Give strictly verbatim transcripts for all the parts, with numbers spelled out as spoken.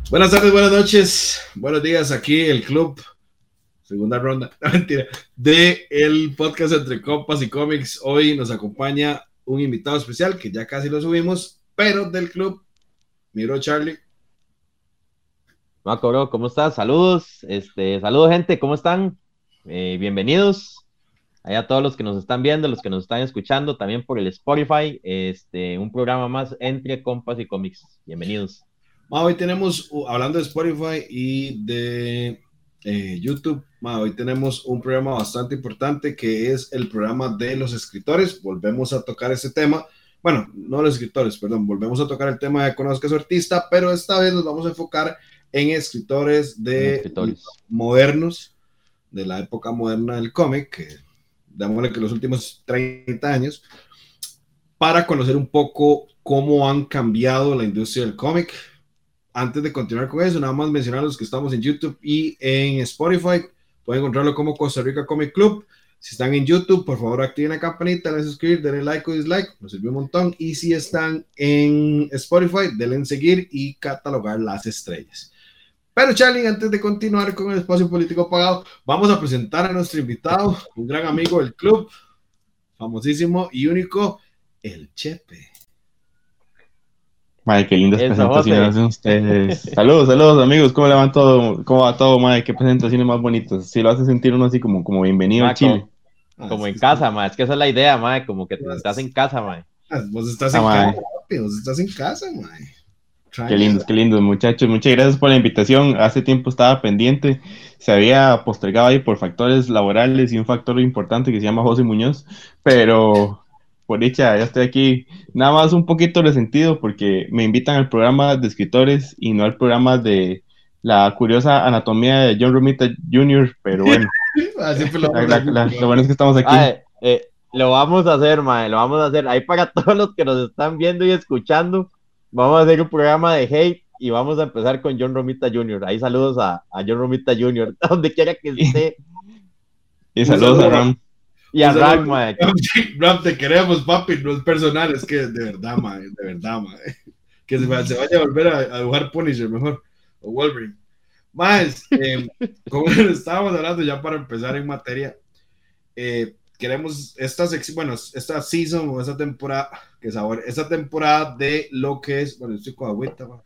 Buenas tardes, buenas noches, buenos días. Aquí el club, segunda ronda, no, mentira, de el podcast Entre Compas y Cómics. Hoy nos acompaña un invitado especial que ya casi lo subimos, pero del club, mi bro Charlie. Marco, bro, ¿cómo estás? Saludos, este, saludos gente, ¿cómo están? Eh, bienvenidos allá a todos los que nos están viendo, los que nos están escuchando, también por el Spotify, este, un programa más entre compas y cómics. Bienvenidos. Ma, hoy tenemos, uh, hablando de Spotify y de eh, YouTube, ma, hoy tenemos un programa bastante importante que es el programa de los escritores. Volvemos a tocar ese tema. Bueno, no los escritores, perdón, volvemos a tocar el tema de Conozca a su artista, pero esta vez nos vamos a enfocar en escritores de Escritores. modernos, de la época moderna del cómic, que démosle que los últimos treinta años, para conocer un poco cómo han cambiado la industria del cómic. Antes de continuar con eso, nada más mencionar a los que estamos en YouTube y en Spotify. Pueden encontrarlo como Costa Rica Comic Club. Si están en YouTube, por favor activen la campanita, denle suscribir, denle like o dislike, nos sirve un montón. Y si están en Spotify, denle en seguir y catalogar las estrellas. Pero Charlie, antes de continuar con el espacio político pagado, vamos a presentar a nuestro invitado, un gran amigo del club, famosísimo y único, el Chepe. Madre, qué lindas Eso, presentaciones hacen ustedes. Saludos, saludos amigos, ¿cómo le van todo? ¿Cómo va todo, madre? Qué presentaciones más bonitas. Si lo hace sentir uno así como, como bienvenido Ma, a Chile. Como, como Ah, en sí, casa, sí. ma, es que esa es la idea, ma, como que te estás en casa, ma. Ah, vos estás Ah, en madre. casa, papi, vos estás en casa, man. Qué lindos, qué lindos, muchachos. Muchas gracias por la invitación. Hace tiempo estaba pendiente. Se había postergado ahí por factores laborales y un factor importante que se llama José Muñoz, pero por dicha ya estoy aquí. Nada más un poquito resentido porque me invitan al programa de escritores y no al programa de la curiosa anatomía de John Romita junior, pero bueno, Ah, siempre lo la- vamos a la- decir, la- pero- lo bueno es que estamos aquí. Ah, eh, eh, lo vamos a hacer, ma, lo vamos a hacer. Ahí para todos los que nos están viendo y escuchando, vamos a hacer un programa de hate y vamos a empezar con John Romita junior Ahí saludos a, a John Romita junior, donde quiera que esté. Y Un saludos a saludo. Ram. Y a Un saludo. Ragma. Ram, te queremos, papi, no es personal, es que de verdad, man, de verdad, man. Que se, va- se vaya a volver a, a dibujar Punisher mejor, o Wolverine. Más, eh, como estábamos hablando ya para empezar en materia, eh, queremos esta sección, bueno, esta season o esta temporada, que sabor, esta temporada de lo que es, bueno, estoy con agüita, man.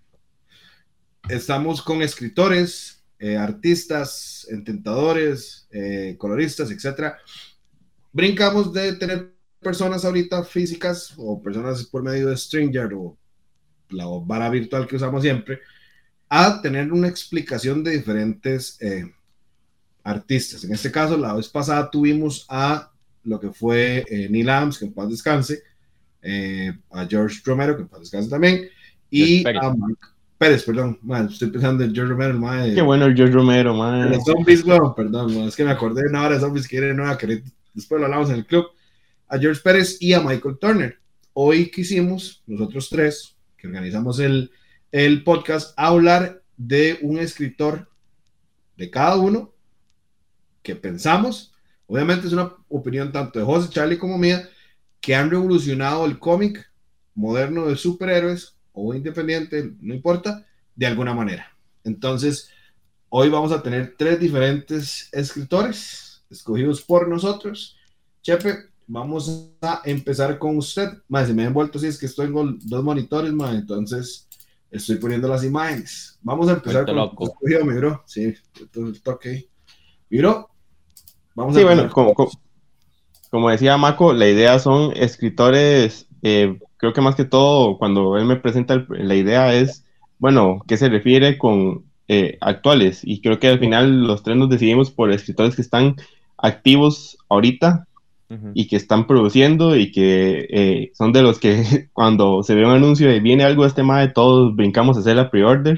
Estamos con escritores, eh, artistas, ententadores, eh, coloristas, etcétera. Brincamos de tener personas ahorita físicas o personas por medio de StreamYard o la vara virtual que usamos siempre, a tener una explicación de diferentes eh, artistas. En este caso, la vez pasada tuvimos a lo que fue eh, Neil Adams, que en paz descanse, eh, a George Romero, que en paz descanse también, y George a Mark Pérez, perdón, man, estoy pensando en George Romero, man, Qué bueno el George Romero, de man. los zombies, no, perdón, man, es que me acordé de una hora de zombies que era nueva, que después lo hablamos en el club, a George Pérez y a Michael Turner. Hoy quisimos, nosotros tres, que organizamos el, el podcast, hablar de un escritor de cada uno que pensamos, obviamente es una opinión tanto de José, Charlie como mía, que han revolucionado el cómic moderno de superhéroes o independiente, no importa, de alguna manera. Entonces, hoy vamos a tener tres diferentes escritores escogidos por nosotros. Chepe, vamos a empezar con usted. Más, se me ha envuelto si es que estoy con dos monitores, man, entonces estoy poniendo las imágenes. Vamos a empezar Vuelto con loco. el escogido, mi bro. Sí, todo el toque. Mi bro, vamos a Sí, empezar. bueno, como, como, como decía Mako, la idea son escritores, eh, creo que más que todo cuando él me presenta el- la idea es, bueno, ¿qué se refiere con eh, actuales? Y creo que al final los tres nos decidimos por escritores que están activos ahorita Ujú. y que están produciendo y que eh, son de los que cuando se ve un anuncio de viene algo de este tema de todos brincamos a hacer la pre-order.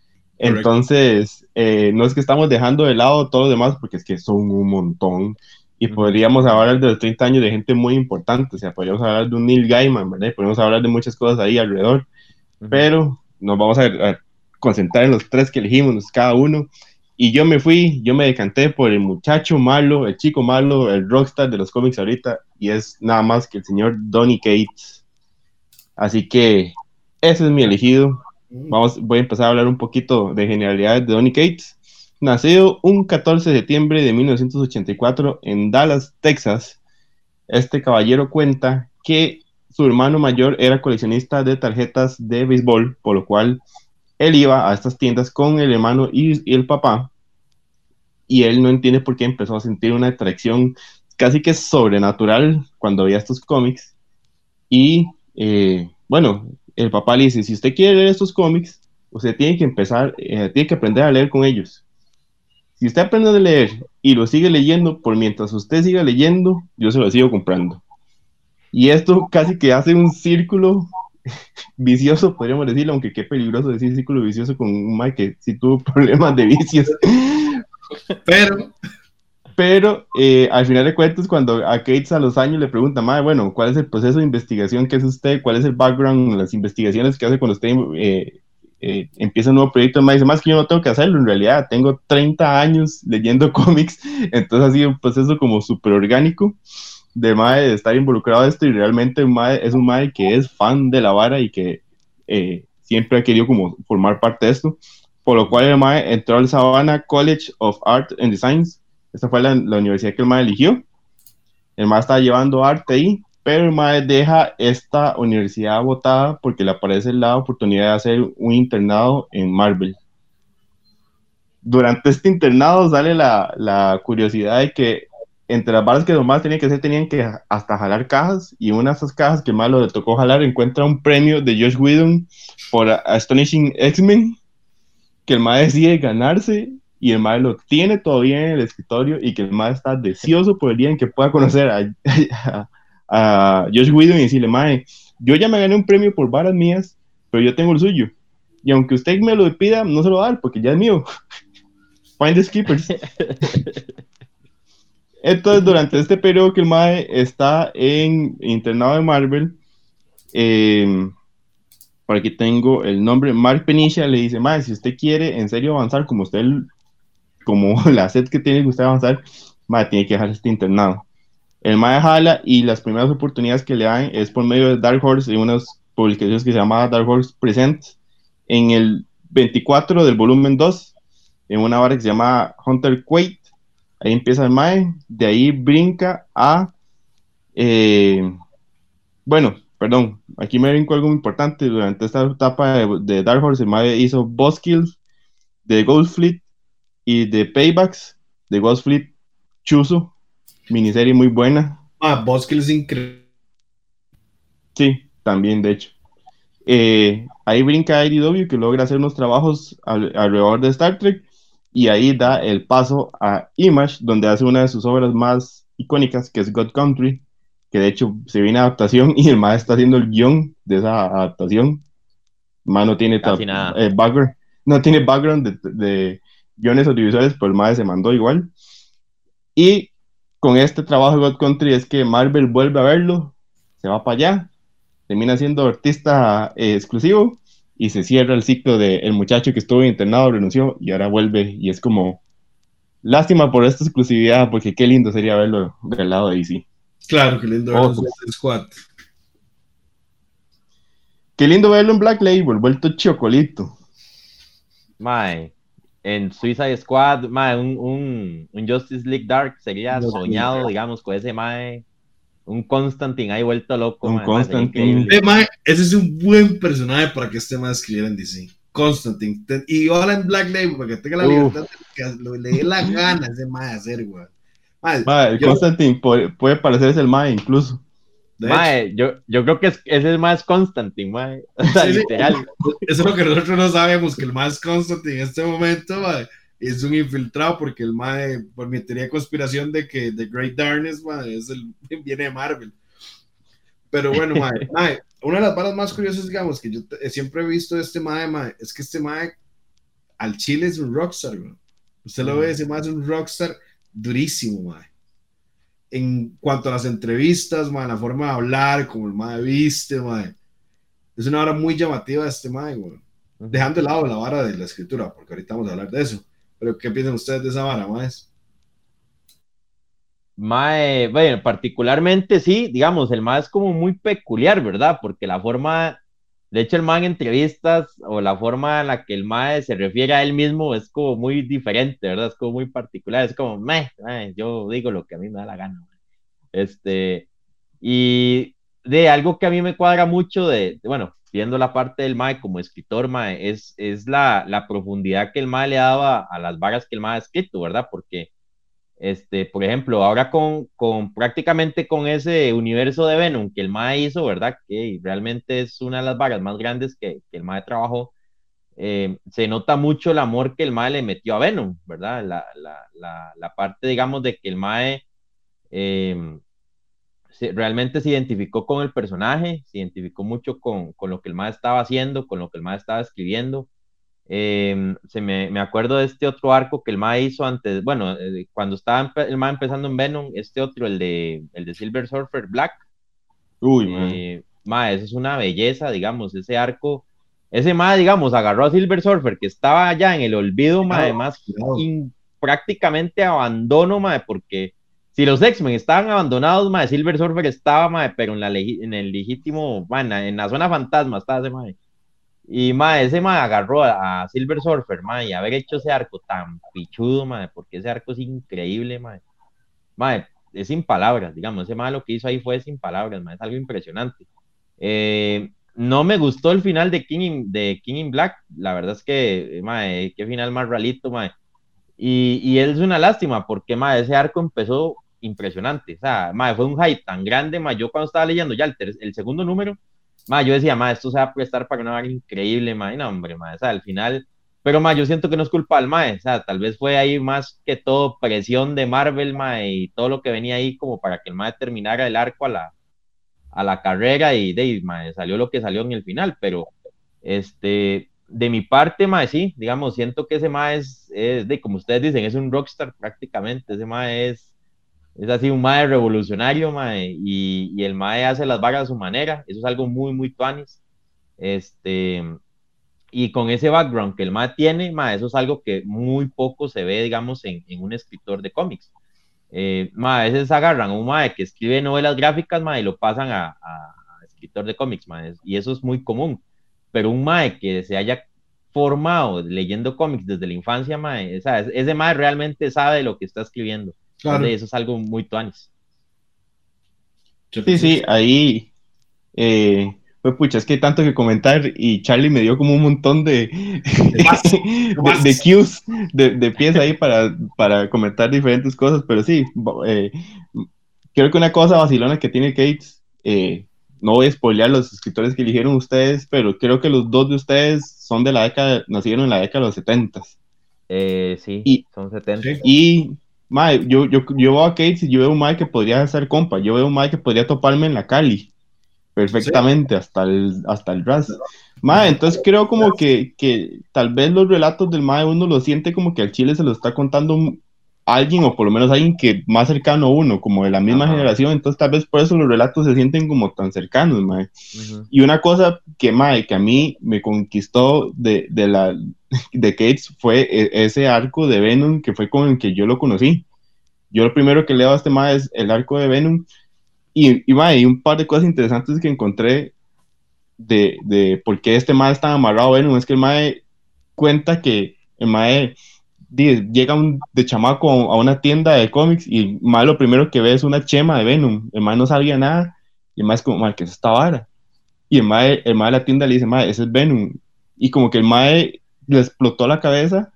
Entonces, eh, no es que estamos dejando de lado todos los demás, porque es que son un montón. Y Ujú. podríamos hablar de los treinta años de gente muy importante. O sea, podríamos hablar de un Neil Gaiman, ¿verdad? Podríamos hablar de muchas cosas ahí alrededor. Ujú. Pero nos vamos a, a concentrar en los tres que elegimos cada uno. Y yo me fui, yo me decanté por el muchacho malo, el chico malo, el rockstar de los cómics ahorita. Y es nada más que el señor Donny Cates. Así que ese es mi elegido. Vamos, voy a empezar a hablar un poquito de generalidades de Donny Cates. Nacido un catorce de septiembre de mil novecientos ochenta y cuatro en Dallas, Texas, este caballero cuenta que su hermano mayor era coleccionista de tarjetas de béisbol, por lo cual él iba a estas tiendas con el hermano y, y el papá, y él no entiende por qué empezó a sentir una atracción casi que sobrenatural cuando veía estos cómics. Y eh, bueno, el papá le dice, si usted quiere leer estos cómics, usted tiene que empezar, eh, tiene que aprender a leer con ellos. Si usted aprende a leer y lo sigue leyendo, por mientras usted siga leyendo, yo se lo sigo comprando. Y esto casi que hace un círculo vicioso, podríamos decirlo, aunque qué peligroso decir círculo vicioso con un Mike que sí tuvo problemas de vicios. Pero, pero eh, al final de cuentas, cuando a Cates a los años le pregunta, madre, bueno, ¿cuál es el proceso de investigación que hace usted? ¿Cuál es el background, las investigaciones que hace cuando usted eh, eh, empieza un nuevo proyecto? Más dice, más que yo no tengo que hacerlo, en realidad tengo treinta años leyendo cómics, entonces ha sido un proceso como súper orgánico de mae de estar involucrado en esto, y realmente mae, es un mae que es fan de la vara y que eh, siempre ha querido como formar parte de esto, por lo cual el mae entró al Savannah College of Art and Designs. Esta fue la, la universidad que el mae eligió. El mae estaba llevando arte ahí, pero el mae deja esta universidad botada porque le aparece la oportunidad de hacer un internado en Marvel. Durante este internado sale la, la curiosidad de que entre las varas que los más tenían que hacer, tenían que hasta jalar cajas, y una de esas cajas que más lo le tocó jalar encuentra un premio de Josh Whedon por Astonishing X-Men, que el mae decide ganarse, y el mae lo tiene todavía en el escritorio, y que el mae está deseoso por el día en que pueda conocer a, a, a Josh Whedon y decirle, mae, yo ya me gané un premio por varas mías, pero yo tengo el suyo, y aunque usted me lo pida, no se lo va a dar, porque ya es mío. Find the skippers. Entonces, durante este periodo que el mae está en internado de Marvel, eh, por aquí tengo el nombre, Mark Penicia le dice, mae, si usted quiere en serio avanzar como usted, como la sed que tiene que usted avanzar, mae, tiene que dejar este internado. El mae jala, y las primeras oportunidades que le dan es por medio de Dark Horse, y unas publicaciones que se llama Dark Horse Presents, en el veinticuatro del volumen dos, en una vara que se llama Hunter Quaid. Ahí empieza el mae, de ahí brinca a, eh, bueno, perdón, aquí me brinco algo muy importante. Durante esta etapa de, de Dark Horse, el mae hizo Buzzkill, de Ghost Fleet, y de Paybacks, de Ghost Fleet, chuzo, miniserie muy buena. Ah, Buzzkill es increíble. Sí, también, de hecho. Eh, ahí brinca a I D W, que logra hacer unos trabajos al, alrededor de Star Trek, y ahí da el paso a Image, donde hace una de sus obras más icónicas, que es God Country, que de hecho se viene adaptación, y el maestro está haciendo el guión de esa adaptación. El maestro no tiene Casi nada. eh, background, no tiene background de, de guiones audiovisuales, pero el maestro se mandó igual. Y con este trabajo de God Country es que Marvel vuelve a verlo, se va para allá, termina siendo artista eh, exclusivo, y se cierra el ciclo de el muchacho que estuvo internado, renunció, y ahora vuelve, y es como lástima por esta exclusividad, porque qué lindo sería verlo del lado de D C. Claro, qué lindo verlo en Squad. Qué lindo verlo en Black Label, vuelto chocolito. Mae, en Suicide Squad, mae, un, un, un Justice League Dark sería No, soñado, no. digamos, con ese mae. Un Constantine ahí vuelto loco, Un mae, mae, sería Constantine. increíble. Eh, mae, ese es un buen personaje para que este mae escribiera en D C. Constantine. Te- Y ahora en Black Label, para que tenga la Uf. libertad de que lo- le dé la gana a ese mae de hacer, güey. Mae, Ma, el yo- Constantine puede, puede parecerse el Mae incluso. de Mae, yo, yo creo que es, ese es más Constantine, mae. O sea, Sí, sí. literal. hecho, eso es lo que nosotros no sabemos, que el mae es Constantine en este momento, mae, es un infiltrado, porque el mae, por mi teoría de conspiración de que The Great Darkness, mae, es el, viene de Marvel. Pero bueno, mae, mae, una de las balas más curiosas, digamos, que yo te- siempre he visto de este mae, mae, es que este mae al chile es un rockstar, güey. Usted lo ve, ese mae es un rockstar durísimo, mae. En cuanto a las entrevistas, mae, la forma de hablar, como el mae viste, mae. Es una vara muy llamativa de este mae, güey. Dejando de lado la vara de la escritura, porque ahorita vamos a hablar de eso. Pero, ¿qué piensan ustedes de esa vara, mae? Mae, bueno, particularmente sí, digamos, el mae es como muy peculiar, ¿verdad? Porque la forma de hecho el mae en entrevistas o la forma en la que el mae se refiere a él mismo es como muy diferente, ¿verdad? Es como muy particular, es como, meh, meh, yo digo lo que a mí me da la gana. Este, y de algo que a mí me cuadra mucho de, de, bueno, viendo la parte del mae como escritor, mae, es, es la, la profundidad que el mae le daba a las varas que el mae ha escrito, ¿verdad? Porque este, por ejemplo, ahora con, con prácticamente con ese universo de Venom que el Mae hizo, ¿verdad? Que realmente es una de las vagas más grandes que, que el Mae trabajó. Eh, se nota mucho el amor que el Mae le metió a Venom, ¿verdad? La, la, la, la parte, digamos, de que el Mae eh, se, realmente se identificó con el personaje, se identificó mucho con, con lo que el Mae estaba haciendo, con lo que el Mae estaba escribiendo. Eh, se me, me, acuerdo de este otro arco que el Mae hizo antes, bueno, eh, cuando estaba el Mae empezando en Venom, este otro, el de, el de Silver Surfer Black. Uy, eh, Mae, eso es una belleza, digamos, ese arco. Ese Mae, digamos, agarró a Silver Surfer, que estaba allá en el olvido, Mae, además prácticamente abandono, Mae, porque si los X-Men estaban abandonados, Mae, Silver Surfer estaba, Mae, pero en, la en el legítimo, mae, en la zona fantasma estaba ese Mae. Y mae, ese mae agarró a, a Silver Surfer, mae, y haber hecho ese arco tan pichudo, mae, porque ese arco es increíble, mae. Mae, es sin palabras, digamos, ese mae lo que hizo ahí fue sin palabras, mae, es algo impresionante. Eh, no me gustó el final de King in, de King in Black, la verdad es que, mae, qué final más ralito, mae. Y, y es una lástima, porque, mae, ese arco empezó impresionante, o sea, mae, fue un hype tan grande, mae, yo cuando estaba leyendo ya el, ter el segundo número, ma, yo decía, ma, esto se va a prestar para una vaga increíble, ma, y no, hombre, ma, o sea, al final, pero ma, yo siento que no es culpa del ma, o sea, tal vez fue ahí más que todo presión de Marvel, ma, y todo lo que venía ahí como para que el ma terminara el arco a la, a la carrera y de, ma, salió lo que salió en el final, pero, este, de mi parte, ma, sí, digamos, siento que ese ma es, es de, como ustedes dicen, es un rockstar prácticamente, ese ma es es así un mae revolucionario, mae, y, y el mae hace las vagas a su manera, eso es algo muy, muy tuanis. Este, y con ese background que el mae tiene, mae, eso es algo que muy poco se ve, digamos, en, en un escritor de cómics. Eh, mae, a veces agarran a un mae que escribe novelas gráficas, mae, y lo pasan a, a, a escritor de cómics, mae, y eso es muy común. Pero un mae que se haya formado leyendo cómics desde la infancia, mae, o sea, ese mae realmente sabe de lo que está escribiendo. Claro. Entonces, eso es algo muy tuanis. Sí, sí, ahí, eh, pues pucha, es que hay tanto que comentar y Charlie me dio como un montón de, de, de cues, de, de pies ahí para, para comentar diferentes cosas, pero sí, eh, creo que una cosa vacilona que tiene Cates, eh, no voy a spoilear los escritores que eligieron ustedes, pero creo que los dos de ustedes son de la década, nacieron en la década de los setentas. Eh, sí, y, son setenta. Y mae, yo, yo, yo veo a Cates y yo veo un mae que podría ser compa, yo veo un mae que podría toparme en la Cali perfectamente, ¿sí? hasta el hasta el ras. Mae, entonces creo como que, que tal vez los relatos del mae uno lo siente como que al chile se lo está contando alguien, o por lo menos alguien que más cercano a uno, como de la misma Ajá. generación, entonces tal vez por eso los relatos se sienten como tan cercanos, mae. Uh-huh. Y una cosa que, mae, que a mí me conquistó de, de la de Cates fue ese arco de Venom que fue con el que yo lo conocí. Yo lo primero que leo a este mae es el arco de Venom, y, y, mae, y un par de cosas interesantes que encontré de, de por qué este mae está amarrado a Venom, es que el mae cuenta que el mae llega un, de chamaco a una tienda de cómics y el mae lo primero que ve es una chema de Venom, el mae no sabía nada, y el mae es como, mae, ¿qué es esta vara? Y el mae, el mae de la tienda le dice, mae, ese es Venom, y como que el mae le explotó la cabeza,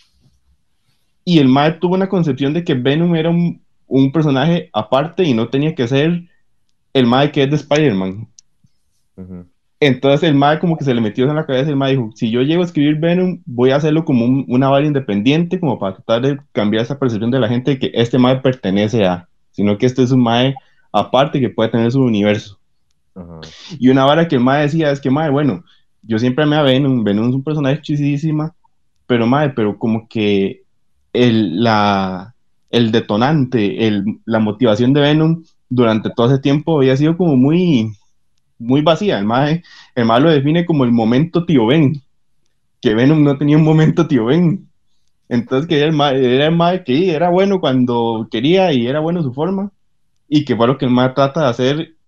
y el mae tuvo una concepción de que Venom era un, un personaje aparte y no tenía que ser el mae que es de Spider-Man. Uh-huh. Entonces el mae como que se le metió en la cabeza, el mae dijo, si yo llego a escribir Venom, voy a hacerlo como un, una vara independiente, como para tratar de cambiar esa percepción de la gente de que este mae pertenece a, sino que este es un mae aparte que puede tener su universo. Uh-huh. Y una vara que el mae decía es que, mae, bueno, yo siempre amé a Venom, Venom es un personaje chisísima, pero mae, pero como que el, la, el detonante, el, la motivación de Venom durante todo ese tiempo había sido como muy... muy vacía, el mae, el mae lo define como el momento tío Ben, que Venom no tenía un momento tío Ben, entonces que era el mae, era el mae que era bueno cuando quería y era bueno su forma, y que fue lo que el mae trata de hacer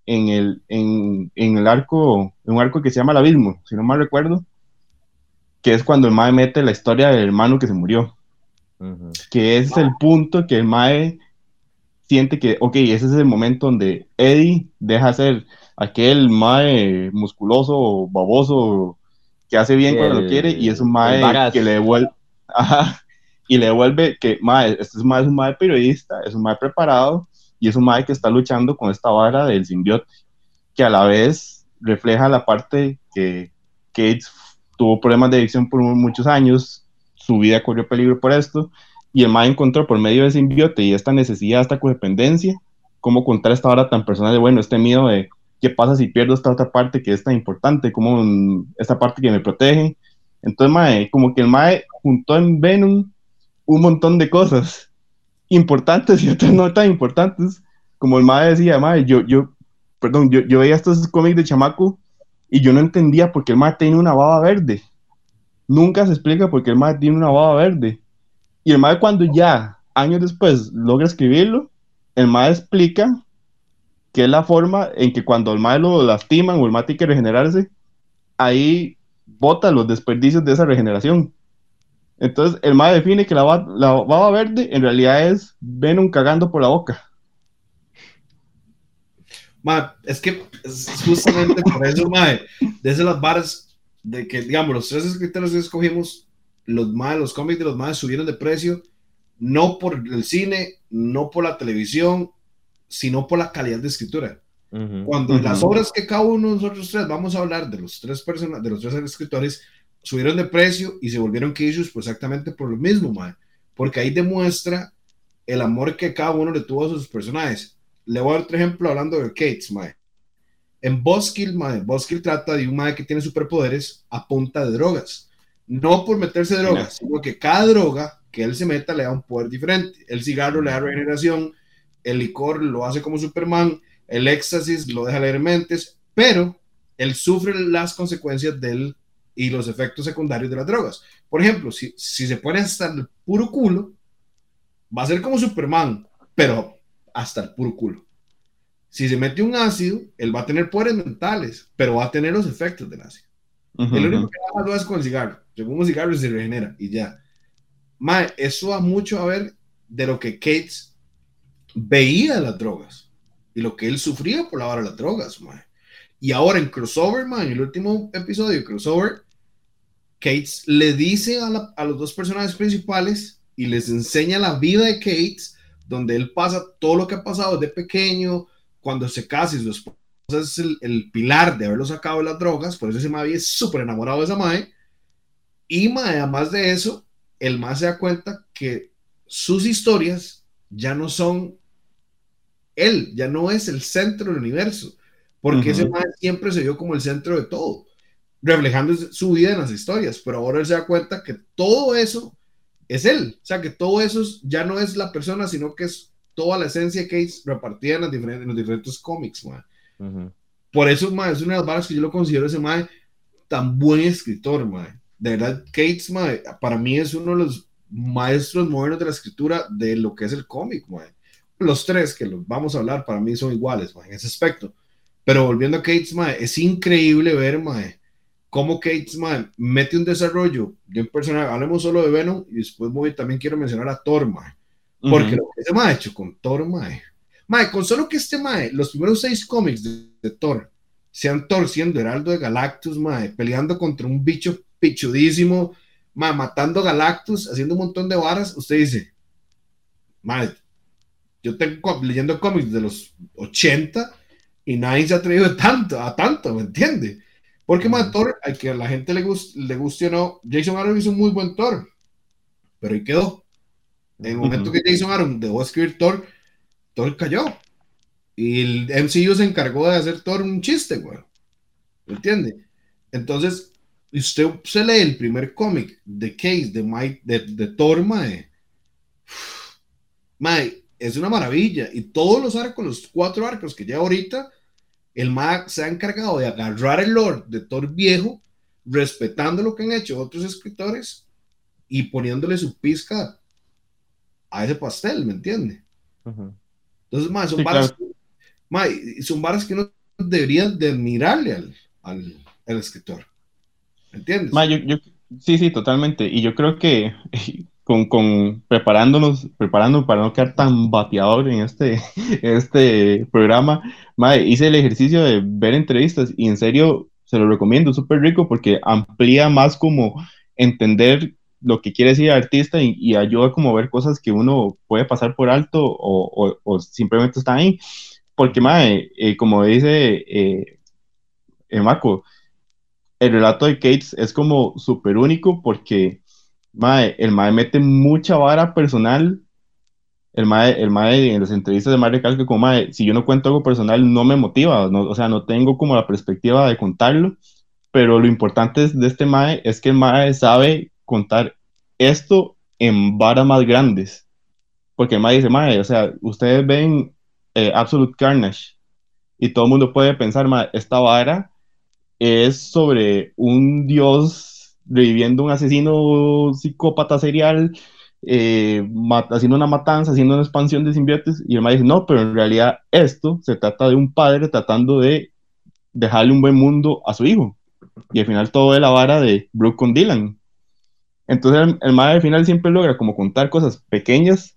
en el, en, en el arco, en un arco que se llama El Abismo, si no mal recuerdo, que es cuando el mae mete la historia del hermano que se murió, uh-huh. que es el punto que el mae siente que, ok, ese es el momento donde Eddie deja ser aquel mae musculoso, baboso, que hace bien el, cuando lo quiere, y es un mae que le devuelve, ajá, y le devuelve que, mae, este es, mae, es un mae periodista, es un mae preparado, y es un mae que está luchando con esta vara del simbiote, que a la vez refleja la parte que Kate tuvo problemas de adicción por muchos años, su vida corrió peligro por esto, y el mae encontró por medio del simbiote y esta necesidad, esta codependencia, cómo contar esta hora tan personal de, bueno, este miedo de qué pasa si pierdo esta otra parte que es tan importante, como um, esta parte que me protege. Entonces, mae, como que el mae juntó en Venom un montón de cosas importantes y otras no tan importantes, como el mae decía, mae, yo, yo, perdón, yo, yo veía estos cómics de chamaco y yo no entendía por qué el mae tiene una baba verde. Nunca se explica por qué el mae tiene una baba verde. Y el mae cuando ya, años después, logra escribirlo, el mae explica que es la forma en que cuando el mae lo lastiman o el mae tiene que regenerarse, ahí bota los desperdicios de esa regeneración. Entonces el mae define que la, ba- la baba verde en realidad es Venom cagando por la boca. Mae, es que es justamente por eso, mae, desde las varas de que, digamos, los tres escritores que escogimos, los mae, los cómics de los maes subieron de precio, no por el cine, no por la televisión, sino por la calidad de escritura. Uh-huh. Cuando uh-huh. las obras que cada uno de nosotros tres vamos a hablar de los tres personas, de los tres escritores, subieron de precio y se volvieron issues pues exactamente por lo mismo, mae, porque ahí demuestra el amor que cada uno le tuvo a sus personajes. Le voy a dar otro ejemplo hablando de Cates, mae. En Buzzkill, mae, Buzzkill trata de un mae que tiene superpoderes a punta de drogas. No por meterse drogas, sí. sino que cada droga que él se meta le da un poder diferente. El cigarro le da regeneración, el licor lo hace como Superman, el éxtasis lo deja leer mentes, pero él sufre las consecuencias del y los efectos secundarios de las drogas. Por ejemplo, si, si se pone hasta el puro culo, va a ser como Superman, pero hasta el puro culo. Si se mete un ácido, él va a tener poderes mentales, pero va a tener los efectos del ácido. Uh-huh. El único que da más es con el cigarro. Según un cigarro se regenera y ya. Mae, eso va mucho a ver de lo que Cates veía de las drogas y lo que él sufría por la hora de las drogas, mae. Y ahora en Crossover, mae, en el último episodio de Crossover, Cates le dice a, la, a los dos personajes principales y les enseña la vida de Cates, donde él pasa todo lo que ha pasado desde pequeño, cuando se casa y su esposa es el, el pilar de haberlo sacado de las drogas, por eso ese mae es súper enamorado de esa mae. Y mae, además de eso, el mae se da cuenta que sus historias ya no son él, ya no es el centro del universo, porque uh-huh. ese mae siempre se vio como el centro de todo, reflejando su vida en las historias, pero ahora él se da cuenta que todo eso es él, o sea, que todo eso ya no es la persona, sino que es toda la esencia que es repartida en, las diferentes, en los diferentes cómics, mae. Uh-huh. Por eso, mae, es una de las varas que yo lo considero ese mae tan buen escritor, mae. De verdad, Cates, mae, para mí es uno de los maestros modernos de la escritura de lo que es el cómic, mae. Los tres que los vamos a hablar para mí son iguales, mae, en ese aspecto. Pero volviendo a Cates, mae, es increíble ver, mae, cómo Cates, mae, mete un desarrollo de un personaje. Hablemos solo de Venom y después voy, también quiero mencionar a Thor, mae. Porque uh-huh. lo que ese mae ha hecho con Thor, mae. Mae, con solo que este mae, los primeros seis cómics de, de Thor, sean Thor siendo Heraldo de Galactus, mae, peleando contra un bicho pichudísimo, mae, matando Galactus, haciendo un montón de varas, usted dice, mae, yo tengo leyendo cómics de los ochenta y nadie se ha atrevido a tanto, a tanto, ¿me entiende? Porque, uh-huh. mae, Thor, al que a la gente le, gust, le guste o no, Jason Aaron hizo un muy buen Thor, pero ahí quedó. En el momento uh-huh. que Jason Aaron dejó de escribir Thor, Thor cayó. Y el M C U se encargó de hacer Thor un chiste, güey. ¿Me entiende? Entonces, usted se lee el primer cómic de Case, de, Mike, de, de Thor, mae. Mae, es una maravilla. Y todos los arcos, los cuatro arcos que lleva ahorita, el mae se ha encargado de agarrar el lore de Thor viejo, respetando lo que han hecho otros escritores y poniéndole su pizca a ese pastel, ¿me entiende? Uh-huh. Entonces, mae, son, sí, varas, claro. mae, son varas que uno deberías de admirarle al, al, al escritor. ¿Entiendes? Ma, yo, yo, sí, sí, totalmente. Y yo creo que con, con preparándonos, preparando para no quedar tan bateador en este, en este programa, ma, hice el ejercicio de ver entrevistas y en serio se lo recomiendo, súper rico porque amplía más como entender lo que quiere decir el artista y, y ayuda como a ver cosas que uno puede pasar por alto o, o, o simplemente están ahí. Porque, ma, eh, como dice eh, eh, Marco, el relato de Cates es como súper único porque mae, el mae mete mucha vara personal. El mae, el mae en las entrevistas de mae recalca como mae, si yo no cuento algo personal no me motiva, no, o sea, no tengo como la perspectiva de contarlo, pero lo importante es- de este mae es que el mae sabe contar esto en varas más grandes, porque el mae dice, mae, o sea, ustedes ven eh, Absolute Carnage y todo el mundo puede pensar, mae, esta vara es sobre un dios reviviendo un asesino psicópata serial, eh, mat- haciendo una matanza, haciendo una expansión de simbiontes, y el mae dice, no, pero en realidad esto se trata de un padre tratando de dejarle un buen mundo a su hijo, y al final todo es la vara de Brooke con Dylan. Entonces el, el mae al final siempre logra como contar cosas pequeñas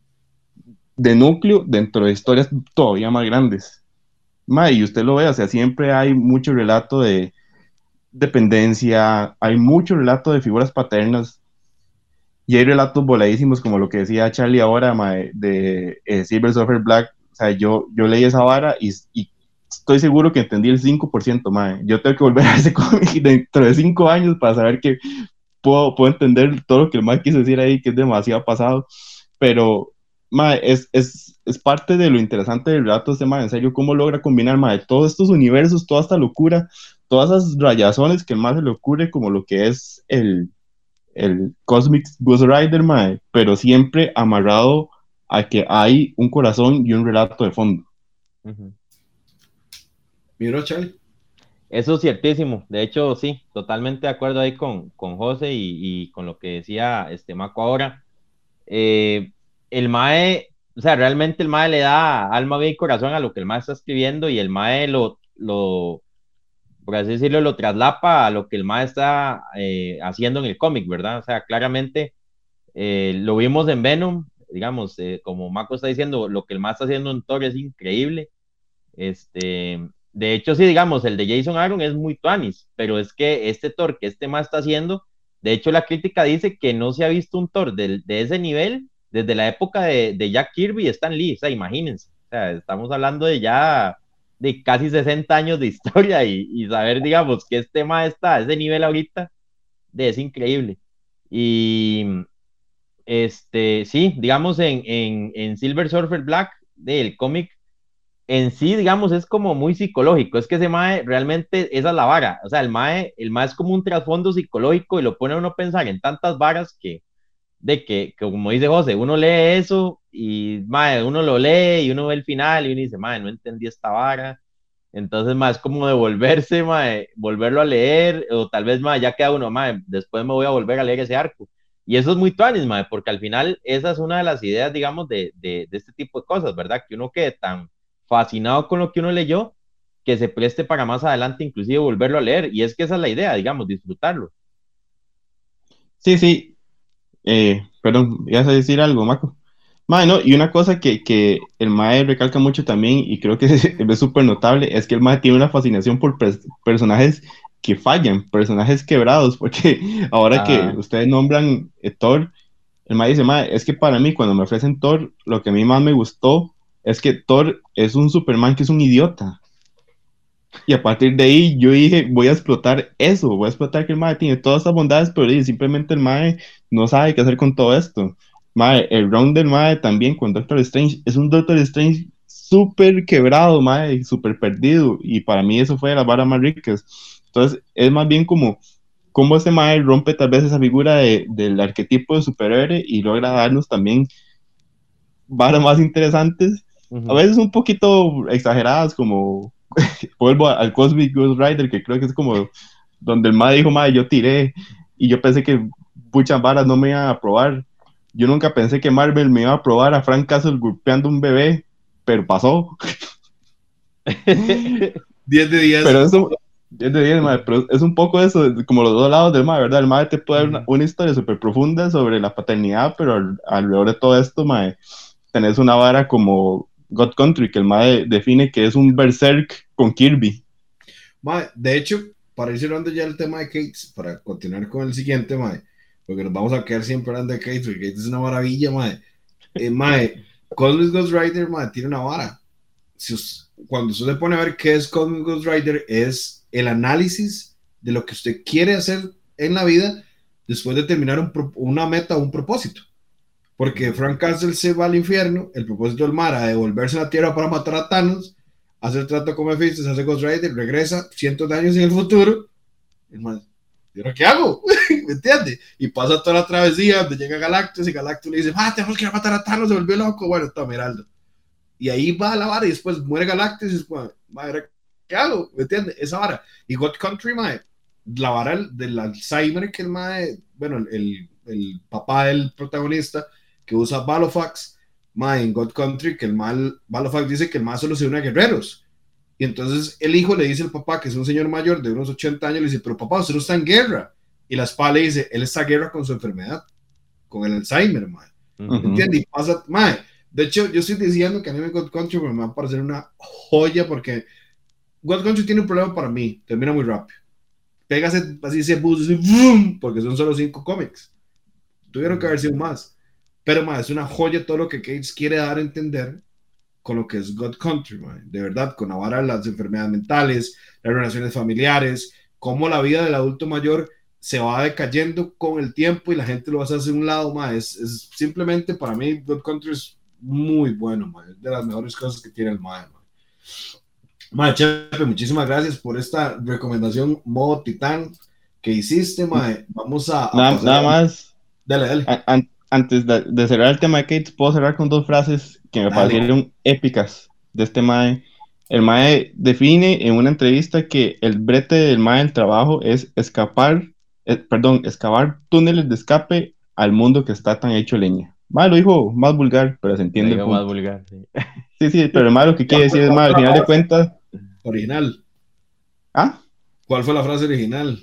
de núcleo dentro de historias todavía más grandes. Mae, y usted lo ve, o sea, siempre hay mucho relato de dependencia, hay mucho relato de figuras paternas y hay relatos voladísimos como lo que decía Charlie ahora, mae, de eh, Silver Surfer Black. O sea, yo, yo leí esa vara y, y estoy seguro que entendí el cinco por ciento, mae. Yo tengo que volver a ese cómic dentro de cinco años para saber que puedo, puedo entender todo lo que el mae quiso decir ahí, que es demasiado pasado, pero mae, es, es, es parte de lo interesante del relato de este mae, en serio, cómo logra combinar mae, todos estos universos, toda esta locura, todas esas rayazones que más se le ocurre, como lo que es el, el Cosmic Ghost Rider, mae, pero siempre amarrado a que hay un corazón y un relato de fondo. Ujú. Mira, Charlie. Eso es ciertísimo. De hecho, sí, totalmente de acuerdo ahí con, con José y, y con lo que decía este Maco ahora. Eh, el Mae, o sea, realmente el Mae le da alma, vida y corazón a lo que el Mae está escribiendo y el Mae lo, lo por así decirlo, lo traslapa a lo que el Mae está eh, haciendo en el cómic, ¿verdad? O sea, claramente eh, lo vimos en Venom, digamos, eh, como Mako está diciendo, lo que el Mae está haciendo en Thor es increíble. Este, de hecho, sí, digamos, el de Jason Aaron es muy tuanis, pero es que este Thor que este Mae está haciendo, de hecho, la crítica dice que no se ha visto un Thor de, de ese nivel desde la época de, de Jack Kirby y Stan Lee, o sea, imagínense, o sea, estamos hablando de ya de casi sesenta años de historia y, y saber, digamos, que este tema está a ese nivel ahorita, de, es increíble. Y este, sí, digamos, en, en, en Silver Surfer Black, del cómic, en sí, digamos, es como muy psicológico. Es que ese mae realmente esa es la vara. O sea, el mae, el mae es como un trasfondo psicológico y lo pone a uno a pensar en tantas varas que, de que, que como dice José, uno lee eso y mae, uno lo lee y uno ve el final y uno dice, mae, no entendí esta vara. Entonces, mae, es como devolverse, mae, volverlo a leer, o tal vez, mae, ya queda uno, mae, después me voy a volver a leer ese arco. Y eso es muy tuanis, mae, porque al final esa es una de las ideas, digamos, de, de, de este tipo de cosas, ¿verdad? Que uno quede tan fascinado con lo que uno leyó, que se preste para más adelante inclusive volverlo a leer. Y es que esa es la idea, digamos, disfrutarlo. Sí, sí, eh, perdón, ibas a decir algo, Marco. Mae, no, y una cosa que, que el Mae recalca mucho también, y creo que es súper notable, es que el Mae tiene una fascinación por pers- personajes que fallan, personajes quebrados, porque ahora que Ajá. ustedes nombran eh, Thor, el Mae dice, Mae, es que para mí cuando me ofrecen Thor, lo que a mí más me gustó es que Thor es un Superman que es un idiota. Y a partir de ahí yo dije, voy a explotar eso, voy a explotar que el Mae tiene todas estas bondades, pero di, simplemente el Mae no sabe qué hacer con todo esto. Mae, el round del Mae también con Doctor Strange es un Doctor Strange súper quebrado, Mae, súper perdido. Y para mí eso fue de las varas más ricas. Entonces es más bien como cómo ese Mae rompe tal vez esa figura de, del arquetipo de superhéroe y logra darnos también varas más interesantes, a Ujú. veces un poquito exageradas, como vuelvo al Cosmic Ghost Rider, que creo que es como donde el mae dijo, mae, yo tiré y yo pensé que muchas varas no me iban a probar. Yo nunca pensé que Marvel me iba a probar a Frank Castle golpeando un bebé, pero pasó. diez de diez. Pero eso, diez de diez, mae, pero es un poco eso, como los dos lados del mae, ¿verdad? El mae te puede dar una, una historia súper profunda sobre la paternidad, pero al, alrededor de todo esto, mae, tenés una vara como God Country, que el mae define que es un berserk con Kirby. Mae, de hecho, para ir cerrando ya el tema de Cates, para continuar con el siguiente, mae, porque nos vamos a quedar siempre hablando de Cates, porque Cates es una maravilla, mae. Eh, mae, Cosmic Ghost Rider, mae, tiene una vara. Si us, cuando usted se pone a ver qué es Cosmic Ghost Rider, es el análisis de lo que usted quiere hacer en la vida después de terminar un, una meta o un propósito. Porque Frank Castle se va al infierno, el propósito del Mara de volverse a la Tierra para matar a Thanos, hacer trato con Mephisto, se hace Ghost Rider, regresa cientos de años en el futuro, y más, ¿y ahora qué hago? ¿Me entiendes? Y pasa toda la travesía donde llega Galactus y Galactus le dice, ah, tenemos que ir a matar a Thanos, se volvió loco, bueno, toma, Heraldo. Y ahí va la vara y después muere Galactus y es como, madre, ¿qué hago? ¿Me entiendes? Esa vara. Y God Country, madre, la vara del Alzheimer que el madre, bueno, el, el papá del protagonista que usa Balofax, madre, en God Country, que el mal, Balofax dice que el mal solo se une a guerreros. Y entonces el hijo le dice al papá, que es un señor mayor de unos ochenta años, le dice, pero papá, usted no está en guerra. Y la espada le dice, él está en guerra con su enfermedad, con el Alzheimer, madre. Uh-huh. ¿Entiendes? Y pasa, madre. De hecho, yo estoy diciendo que a mí me God Country me va a parecer una joya porque God Country tiene un problema para mí, termina muy rápido. Pégase así ese bus, así, boom, porque son solo cinco cómics. Tuvieron que haber sido más. Pero, man, es una joya todo lo que Cates quiere dar a entender con lo que es God Country, man. De verdad, con la vara de las enfermedades mentales, las relaciones familiares, cómo la vida del adulto mayor se va decayendo con el tiempo y la gente lo va a hacer hacia un lado, man. Es, es simplemente, para mí, God Country es muy bueno, man. Es de las mejores cosas que tiene el mae, man. Mae, Chepe, muchísimas gracias por esta recomendación modo titán que hiciste, mae. Vamos a... a nada, nada más. Dale, dale. A, a, antes de, de cerrar el tema de Cates, puedo cerrar con dos frases que me dale. parecieron épicas de este mae. El mae define en una entrevista que el brete del mae del trabajo es escapar, eh, perdón, excavar túneles de escape al mundo que está tan hecho leña. Mae lo dijo más vulgar, pero se entiende. Lo dijo más vulgar, sí. Sí, sí, pero mae lo que quiere decir es, mae, al final de cuentas... Original. ¿Ah? ¿Cuál fue la frase original?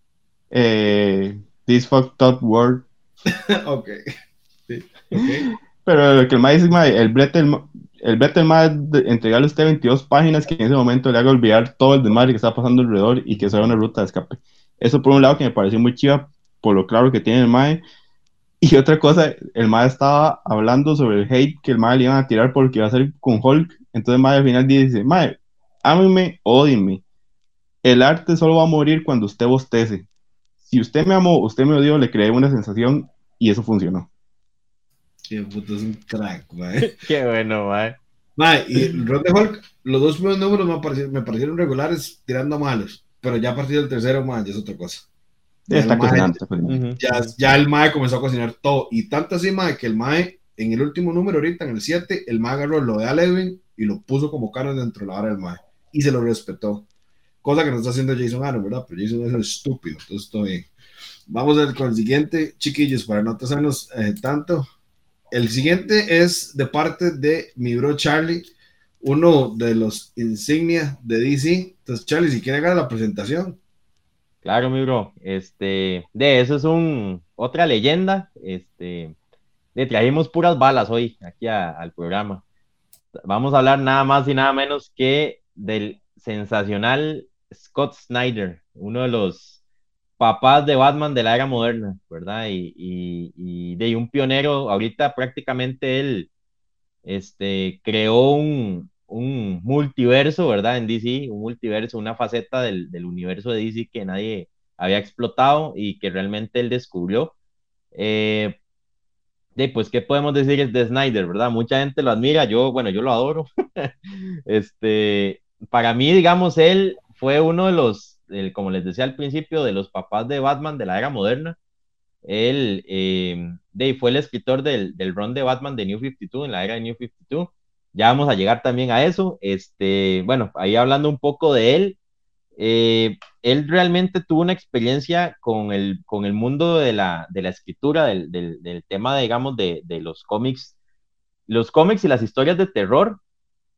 Eh, this fucked up word. Ok. Sí. Okay. Pero lo que el mae dice, mae, el brete del el brete del mae de entregarle a usted veintidós páginas que en ese momento le haga olvidar todo el desmadre que está pasando alrededor y que sea una ruta de escape. Eso por un lado que me pareció muy chiva por lo claro que tiene el mae. Y otra cosa, el mae estaba hablando sobre el hate que el mae le iban a tirar por lo que iba a hacer con Hulk. Entonces el mae al final dice, mae, ámenme, ódienme. El arte solo va a morir cuando usted bostece. Si usted me amó, usted me odió, le creé una sensación y eso funcionó. Qué puto, es un crack, mae. Qué bueno, mae. Mae, y el Ron de Hulk, los dos primeros números me parecieron, me parecieron regulares tirando a malos, pero ya a partir del tercero, mae, ya es otra cosa. Ya, está cocinando. Mae, ya, ya el mae comenzó a cocinar todo, y tanto así, mae, que el mae, en el último número ahorita, en el siete, el mae agarró lo de Al Ewing y lo puso como canon dentro de la vara del mae, y se lo respetó. Cosa que no está haciendo Jason Aaron, ¿verdad? Pero Jason es el estúpido, entonces todo bien. Vamos a ver con el siguiente, chiquillos, para no atrasarnos eh, tanto. El siguiente es de parte de mi bro Charlie, uno de los insignias de D C. Entonces, Charlie, si quiere hacer la presentación. Claro, mi bro. Este, de eso es un otra leyenda. Este, le trajimos puras balas hoy aquí a, al programa. Vamos a hablar nada más y nada menos que del sensacional Scott Snyder, uno de los papás de Batman de la era moderna, ¿verdad? Y, y, y de un pionero, ahorita prácticamente él este, creó un, un multiverso, ¿verdad? En D C, un multiverso, una faceta del, del universo de D C que nadie había explotado y que realmente él descubrió. Eh, de, pues, ¿qué podemos decir de Snyder, verdad? Mucha gente lo admira, yo, bueno, yo lo adoro. este, para mí, digamos, él fue uno de los, el, como les decía al principio, de los papás de Batman de la era moderna. Él eh, de, fue el escritor del, del run de Batman de New cincuenta y dos, en la era de New cincuenta y dos. Ya vamos a llegar también a eso. Este, bueno, ahí hablando un poco de él, eh, él realmente tuvo una experiencia con el, con el mundo de la, de la escritura, del, del, del tema, digamos, de, de los cómics, los cómics y las historias de terror,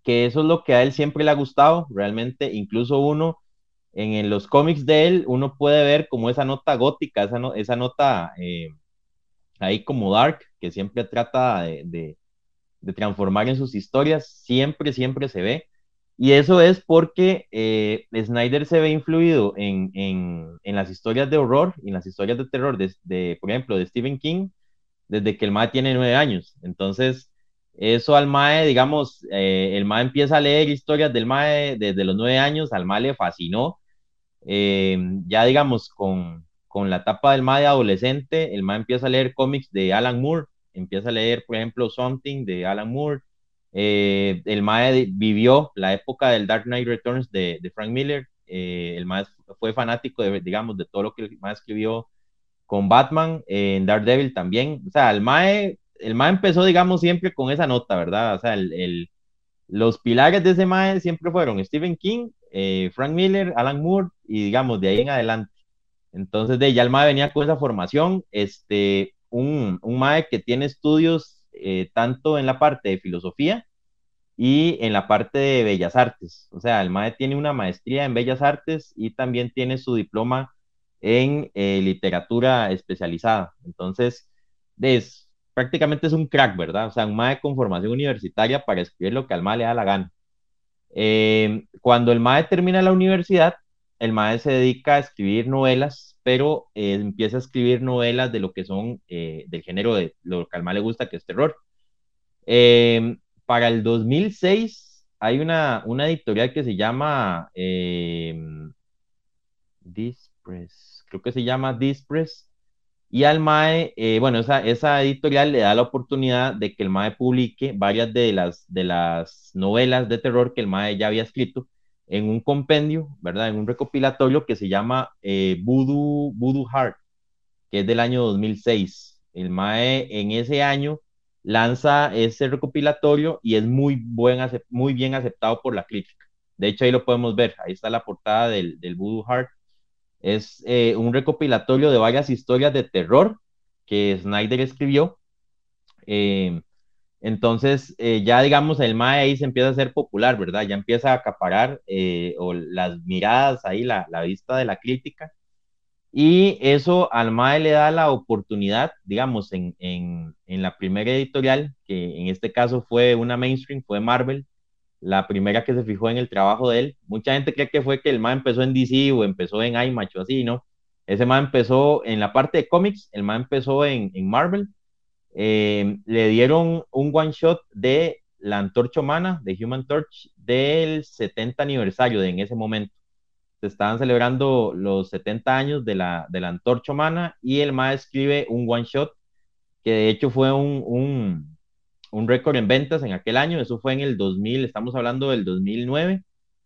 que eso es lo que a él siempre le ha gustado, realmente, incluso uno, en, en los cómics de él, uno puede ver como esa nota gótica, esa, no, esa nota eh, ahí como dark, que siempre trata de, de, de transformar en sus historias, siempre, siempre se ve. Y eso es porque eh, Snyder se ve influido en, en, en, las historias de horror y en las historias de terror, de, de, por ejemplo, de Stephen King, desde que el Mae tiene nueve años. Entonces, eso al Mae, digamos, eh, el Mae empieza a leer historias del Mae desde los nueve años, al Mae le fascinó. Eh, ya, digamos, con, con la etapa del Mae de adolescente, el Mae empieza a leer cómics de Alan Moore, empieza a leer, por ejemplo, Something de Alan Moore. Eh, el Mae vivió la época del Dark Knight Returns de, de Frank Miller. Eh, el Mae fue fanático, de, digamos, de todo lo que el Mae escribió con Batman, eh, en Daredevil también. O sea, el Mae, el Mae empezó, digamos, siempre con esa nota, ¿verdad? O sea, el, el, los pilares de ese Mae siempre fueron Stephen King, eh, Frank Miller, Alan Moore, y digamos, de ahí en adelante. Entonces, de ya el Mae venía con esa formación, este, un, un Mae que tiene estudios eh, tanto en la parte de filosofía y en la parte de bellas artes. O sea, el Mae tiene una maestría en bellas artes y también tiene su diploma en eh, literatura especializada. Entonces, es, prácticamente es un crack, ¿verdad? O sea, un Mae con formación universitaria para escribir lo que al Mae le da la gana. Eh, cuando el Mae termina la universidad, el Mae se dedica a escribir novelas, pero eh, empieza a escribir novelas de lo que son eh, del género de lo que al Mae le gusta, que es terror. Eh, para el dos mil seis hay una, una editorial que se llama eh, Dispress, creo que se llama Dispress, y al Mae, eh, bueno, esa, esa editorial le da la oportunidad de que el Mae publique varias de las, de las novelas de terror que el Mae ya había escrito en un compendio, ¿verdad? En un recopilatorio que se llama eh, Voodoo, Voodoo Heart, que es del año dos mil seis. El Mae en ese año lanza ese recopilatorio y es muy, buen, muy bien aceptado por la crítica. De hecho, ahí lo podemos ver, ahí está la portada del, del Voodoo Heart. Es eh, un recopilatorio de varias historias de terror que Snyder escribió. Eh, entonces, eh, ya digamos, el Mae ahí se empieza a hacer popular, ¿verdad? Ya empieza a acaparar eh, o las miradas ahí, la, la vista de la crítica. Y eso al Mae le da la oportunidad, digamos, en, en, en la primera editorial, que en este caso fue una mainstream, fue Marvel, la primera que se fijó en el trabajo de él. Mucha gente cree que fue que el Mae empezó en D C o empezó en IMAX o así, ¿no? Ese Mae empezó en la parte de cómics, el Mae empezó en, en Marvel. Eh, le dieron un one shot de la Antorcha Humana, de Human Torch, del setenta aniversario de en ese momento. Se estaban celebrando los setenta años de la, de la Antorcha Humana y el Mae escribe un one shot que de hecho fue un, un, un récord en ventas en aquel año. Eso fue en el dos mil, estamos hablando del dos mil nueve.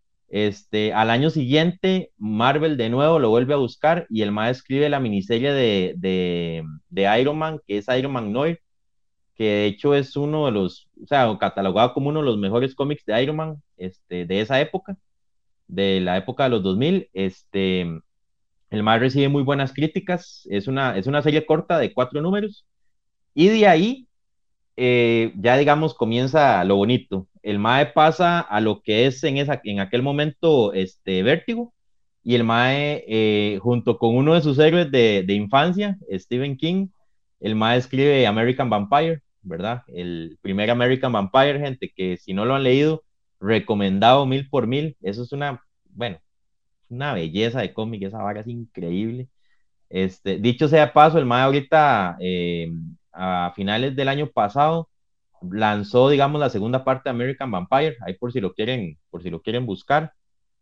Este, al año siguiente, Marvel de nuevo lo vuelve a buscar y el Mae escribe la miniserie de, de, de Iron Man, que es Iron Man Noir, que de hecho es uno de los, o sea, catalogado como uno de los mejores cómics de Iron Man este, de esa época, de la época de los dos mil. Este, el Mae recibe muy buenas críticas, es una, es una serie corta de cuatro números, y de ahí eh, ya digamos comienza lo bonito. El Mae pasa a lo que es en, esa, en aquel momento este, Vértigo, y el Mae, eh, junto con uno de sus héroes de, de infancia, Stephen King, el Mae escribe American Vampire, ¿verdad? El primer American Vampire, gente, que si no lo han leído, recomendado mil por mil. Eso es una, bueno, una belleza de cómic, esa vaga es increíble. Este, dicho sea de paso, el Mae ahorita, eh, a finales del año pasado, lanzó, digamos, la segunda parte de American Vampire, ahí por si lo quieren, por si lo quieren buscar.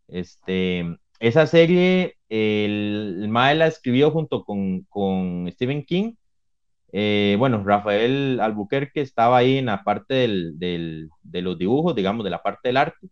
Este, esa serie, el, el Mae la escribió junto con, con Stephen King. Eh, bueno, Rafael Albuquerque estaba ahí en la parte del, del, de los dibujos, digamos, de la parte del arte.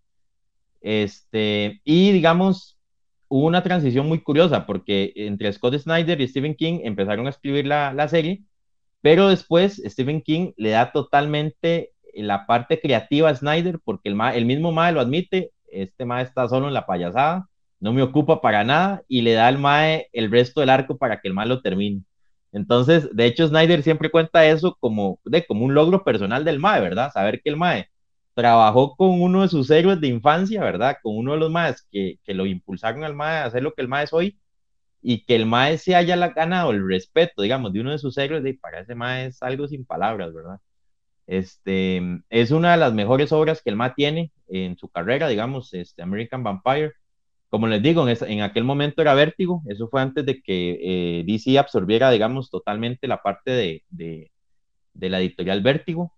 Este, y digamos, hubo una transición muy curiosa porque entre Scott Snyder y Stephen King empezaron a escribir la, la serie, pero después Stephen King le da totalmente la parte creativa a Snyder porque el, ma, el mismo Mae lo admite, este Mae está solo en la payasada, no me ocupa para nada, y le da al Mae el resto del arco para que el Mae lo termine. Entonces, de hecho, Snyder siempre cuenta eso como, de, como un logro personal del Mae, ¿verdad? Saber que el Mae trabajó con uno de sus héroes de infancia, ¿verdad? Con uno de los maes que, que lo impulsaron al mae a hacer lo que el mae es hoy, y que el mae se haya ganado el respeto, digamos, de uno de sus héroes, de, para ese mae es algo sin palabras, ¿verdad? Este, es una de las mejores obras que el mae tiene en su carrera, digamos, este, American Vampire. Como les digo, en, esa, en aquel momento era Vértigo, eso fue antes de que eh, D C absorbiera, digamos, totalmente la parte de, de, de la editorial Vértigo.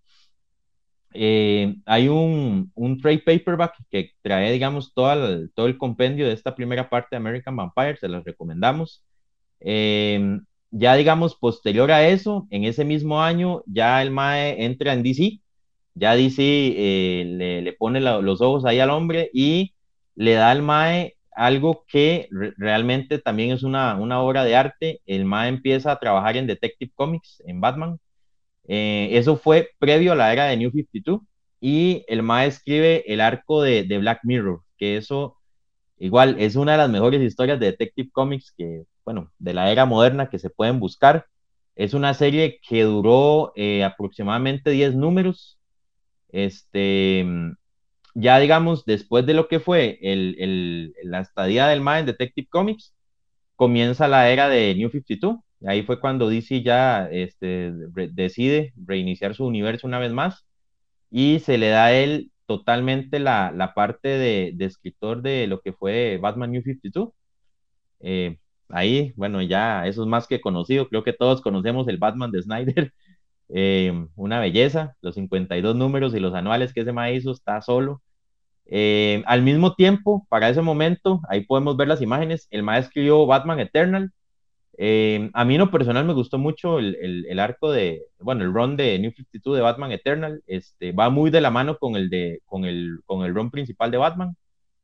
Eh, hay un, un trade paperback que trae, digamos, todo el, todo el compendio de esta primera parte de American Vampire, se los recomendamos. Eh, ya, digamos, posterior a eso, en ese mismo año, ya el mae entra en D C, ya D C eh, le, le pone la, los ojos ahí al hombre y le da al mae algo que re realmente también es una, una obra de arte. El mae empieza a trabajar en Detective Comics, en Batman. Eh, eso fue previo a la era de New cincuenta y dos, y el mae escribe el arco de, de Black Mirror, que eso igual es una de las mejores historias de Detective Comics que, bueno, de la era moderna que se pueden buscar. Es una serie que duró eh, aproximadamente diez números. Este, ya digamos, después de lo que fue el, el, la estadía del mae en Detective Comics, comienza la era de New cincuenta y dos. Ahí fue cuando D C ya este, re decide reiniciar su universo una vez más, y se le da a él totalmente la, la parte de, de escritor de lo que fue Batman New cincuenta y dos. Eh, ahí, bueno, ya eso es más que conocido, creo que todos conocemos el Batman de Snyder. Eh, una belleza, los cincuenta y dos números y los anuales que ese mae hizo, está solo. Eh, al mismo tiempo, para ese momento, ahí podemos ver las imágenes, el mae escribió Batman Eternal. Eh, a mí en lo personal me gustó mucho el, el, el arco de, bueno, el run de New cincuenta y dos de Batman Eternal. Este, va muy de la mano con el, de, con el, con el run principal de Batman.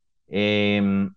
Eh,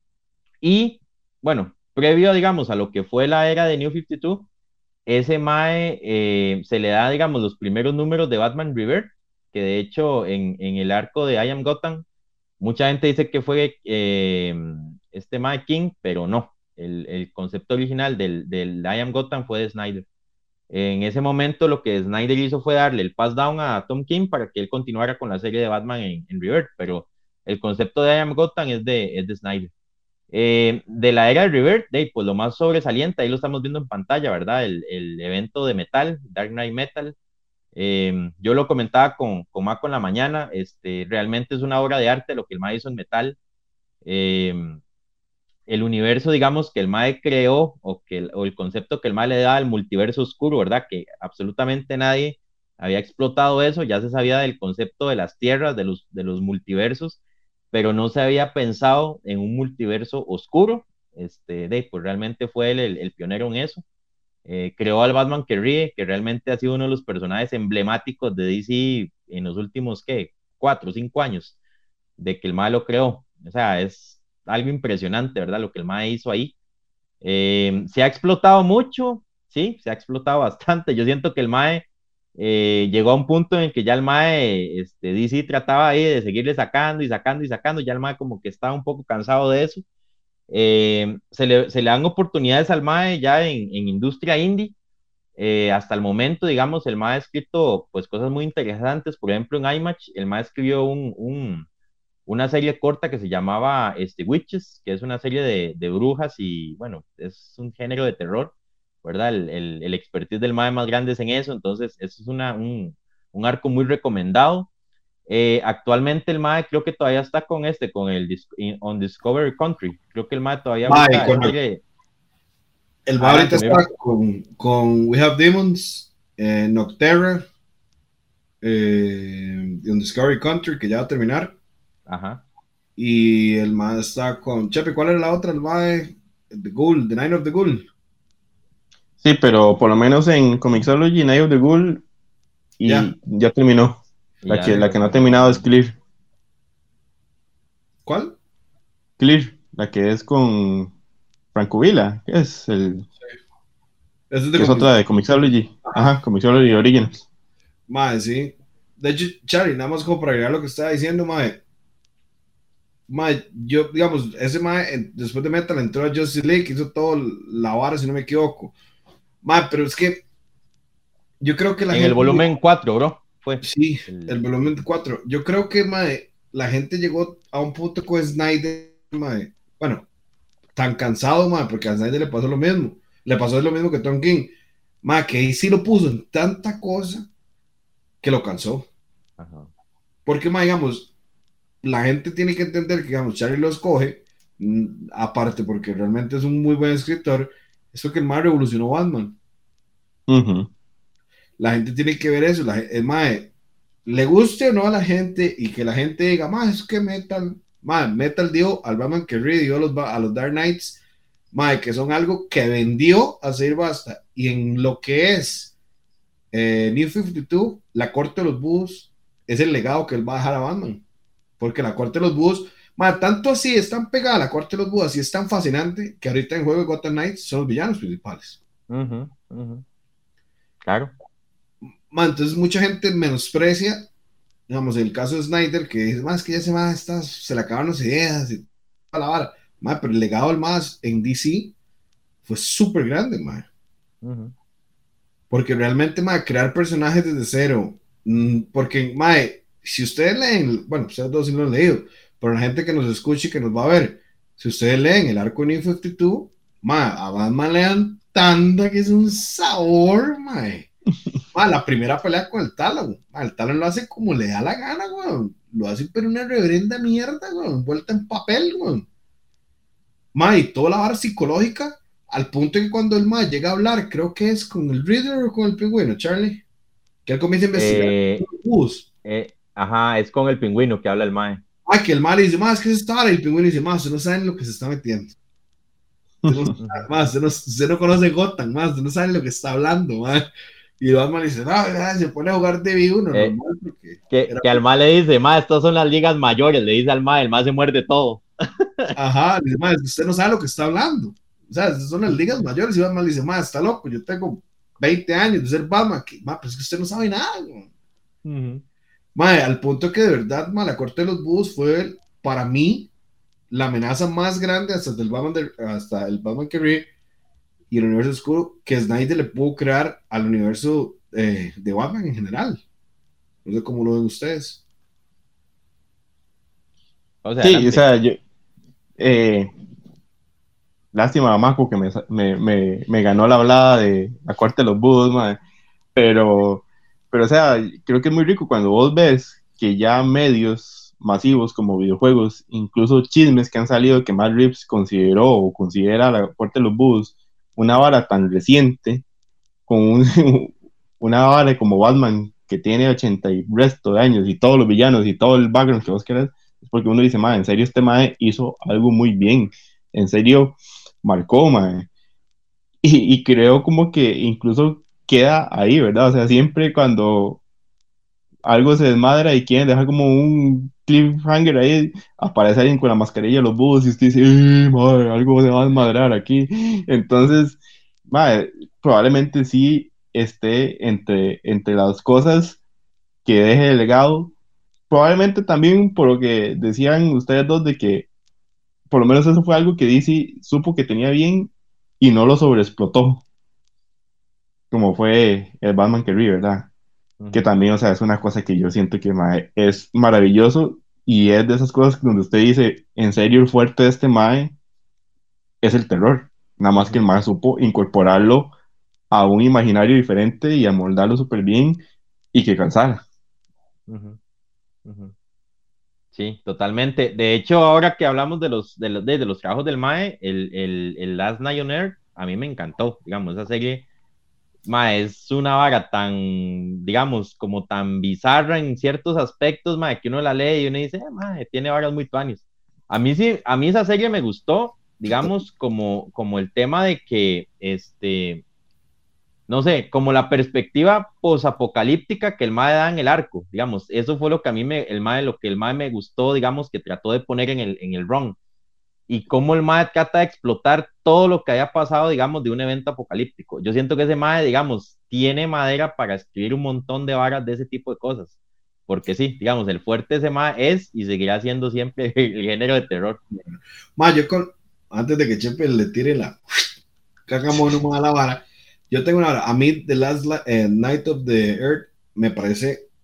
y, bueno, previo, digamos, a lo que fue la era de New cincuenta y dos, ese mae eh, se le da, digamos, los primeros números de Batman Rebirth, que de hecho en, en el arco de I Am Gotham, mucha gente dice que fue eh, este mae King, pero no. El, el concepto original del, del I Am Gotham fue de Snyder. En ese momento lo que Snyder hizo fue darle el pass down a Tom King para que él continuara con la serie de Batman en, en Rebirth, pero el concepto de I Am Gotham es de, es de Snyder. Eh, de la era de Rebirth, de, pues lo más sobresaliente, ahí lo estamos viendo en pantalla, ¿verdad? El, el evento de metal, Dark Knight Metal. Eh, yo lo comentaba con, con Maco en la mañana, este, realmente es una obra de arte lo que el mae hizo en metal. Eh, el universo, digamos, que el mae creó, o, que el, o el concepto que el mae le da al multiverso oscuro, ¿verdad? Que absolutamente nadie había explotado eso, ya se sabía del concepto de las tierras, de los, de los multiversos, pero no se había pensado en un multiverso oscuro. Este, de, pues realmente fue él el, el pionero en eso. Eh, creó al Batman que ríe, que realmente ha sido uno de los personajes emblemáticos de D C en los últimos, ¿qué? Cuatro o cinco años, de que el mae lo creó. O sea, es algo impresionante, ¿verdad? Lo que el mae hizo ahí. Eh, se ha explotado mucho, sí, se ha explotado bastante. Yo siento que el mae eh, llegó a un punto en el que ya el mae, este, D C trataba ahí de seguirle sacando y sacando y sacando, ya el mae como que estaba un poco cansado de eso. Eh, se, le, se le dan oportunidades al mae ya en, en industria indie. Eh, hasta el momento, digamos, el mae ha escrito pues cosas muy interesantes. Por ejemplo, en IMAX, el mae escribió un, un, una serie corta que se llamaba este, Witches, que es una serie de, de brujas y, bueno, es un género de terror, ¿verdad? El, el, el expertise del mae más grande es en eso, entonces eso es una, un, un arco muy recomendado. Eh, actualmente el mae creo que todavía está con este, con el On Discovery Country. Creo que el mae todavía Mae, ahorita con sigue. el mae ahorita está con, con We Have Demons, eh, Nocterra, eh, On Discovery Country, que ya va a terminar. Ajá. Y el mae está con Chepe, ¿cuál era la otra? El mae, The Ghoul, The Night of the Ghoul. Sí, pero por lo menos en Comixology, Night of the Ghoul, y ya, ya terminó. La, ya que, la que no ha terminado es Clear. ¿Cuál? Clear, la que es con Franco Villa, que es el Sí. Eso es, de que es otra de Comixology. Ajá, Ajá Comixology Originals. Mae, sí. De hecho, Charlie, nada más como para agregar lo que estaba diciendo, mae. Mae, yo, digamos, ese mae, después de Metal entró a Justice League, hizo todo la vara, si no me equivoco. Mae, pero es que yo creo que la en gente... el volumen cuatro, bro. fue. Sí, el, el volumen cuatro. Yo creo que, mae, la gente llegó a un punto con Snyder, mae, bueno, tan cansado, mae, porque a Snyder le pasó lo mismo. Le pasó lo mismo que Tom King. Mae, que ahí sí lo puso en tanta cosa que lo cansó. Ajá. Porque, mae, digamos, la gente tiene que entender que, digamos, Charlie lo escoge, mmm, aparte porque realmente es un muy buen escritor, eso que el mae revolucionó Batman. Uh-huh. La gente tiene que ver eso. La, el mae, le guste o no a la gente y que la gente diga, mae, es que Metal, mae, Metal dio al Batman que Reed dio a los, a los Dark Knights, mae, que son algo que vendió a seguir basta. Y en lo que es eh, New cincuenta y dos, la corte de los búhos es el legado que él va a dejar a Batman. Porque la corte de los búhos, mae, tanto así es tan pegada a la corte de los búhos y es tan fascinante que ahorita en juego de Gotham Knights son los villanos principales. Uh-huh, uh-huh. Claro. Man, entonces mucha gente menosprecia, digamos, el caso de Snyder, que dice, más que ya se va, estas, se le acabaron las ideas y toda la vara. Man, pero el legado del más en D C fue súper grande, man. Uh-huh. Porque realmente, man, crear personajes desde cero, mmm, porque, man, si ustedes leen, bueno, ustedes dos sí lo han leído, pero la gente que nos escuche y que nos va a ver, si ustedes leen el arco de New cincuenta y dos, man, a Batman le dan tanta que es un sabor, man. Ma, la primera pelea con el Talon, ma, el Talon lo hace como le da la gana, weón. Lo hace pero una reverenda mierda, weón, envuelta en papel, weón. Ma, y toda la vara psicológica, al punto que cuando el ma llega a hablar, creo que es con el Riddler o con el Pingüino, Charlie, que él comienza a investigar eh, bus. Eh, ajá, es con el pingüino que habla el mae. Ah, que el ma le dice, ma, es que es esta vara, y el Pingüino dice, ma, usted no sabe lo que se está metiendo. Usted no, ma, usted no, usted no conoce Gotham, ma, usted no sabe lo que está hablando, ma. Y Batman dice, no, se pone a jugar de B uno, eh, normal, porque que, era... que al mae le dice, mae, estas son las ligas mayores, le dice al mae, el mae se muerde todo. Ajá, dice, ma, usted no sabe lo que está hablando. O sea, esas son las ligas mayores. Y Batman dice, ma, está loco, yo tengo veinte años de ser Batman. Que, ma, pero es que usted no sabe nada. Uh-huh. Ma, al punto que de verdad, ma, la corte de los búhos fue, para mí, la amenaza más grande hasta el Batman, de, hasta el Batman que ríe y el universo oscuro que Snyder le pudo crear al universo eh, de Batman en general. No sé cómo lo ven ustedes. O sea, sí, adelante. O sea, yo... Eh... Lástima, Maco, que me, me, me, me ganó la hablada de la corte de los búhos, madre. Pero, pero, o sea, creo que es muy rico cuando vos ves que ya medios masivos como videojuegos, incluso chismes que han salido que Matt Reeves consideró o considera la corte de los búhos una vara tan reciente, con un, una vara como Batman que tiene ochenta y resto de años y todos los villanos y todo el background que vos querés, es porque uno dice, madre, en serio este madre hizo algo muy bien, en serio marcó, madre. Y, y creo como que incluso queda ahí, ¿verdad? O sea, siempre cuando algo se desmadra y quieren dejar como un cliffhanger ahí, aparece alguien con la mascarilla de los búhos y usted dice, ¡eh, madre, algo se va a desmadrar aquí! Entonces, madre, probablemente sí esté entre, entre las cosas que deje el legado. Probablemente también por lo que decían ustedes dos de que por lo menos eso fue algo que D C supo que tenía bien y no lo sobreexplotó, como fue el Batman que ríe, ¿verdad? Uh-huh. Que también, o sea, es una cosa que yo siento que mae, es maravilloso y es de esas cosas donde usted dice, en serio, el fuerte de este mae es el terror, nada más uh-huh. que el mae supo incorporarlo a un imaginario diferente y amoldarlo súper bien y que cansara. Uh-huh. Uh-huh. Sí, totalmente. De hecho, ahora que hablamos de los, de los, de, de los trabajos del mae, el, el, el Last Night on Earth, a mí me encantó, digamos, esa serie, mae, es una vara tan, digamos, como tan bizarra en ciertos aspectos, mae, que uno la lee y uno dice, eh, mae, tiene varas muy tuanis. A mí sí, a mí esa serie me gustó, digamos, como, como el tema de que, este... no sé, como la perspectiva posapocalíptica que el mae da en el arco, digamos, eso fue lo que a mí me, el mae, lo que el mae me gustó, digamos, que trató de poner en el, en el run, y cómo el mae trata de explotar todo lo que haya pasado, digamos, de un evento apocalíptico. Yo siento que ese mae, digamos, tiene madera para escribir un montón de varas de ese tipo de cosas, porque sí, digamos, el fuerte de ese mae es y seguirá siendo siempre el género de terror. Mae, yo con, antes de que Chepe le tire la cacamono a la vara, yo tengo una hora. A mí, The Last uh, Night of the Earth me parece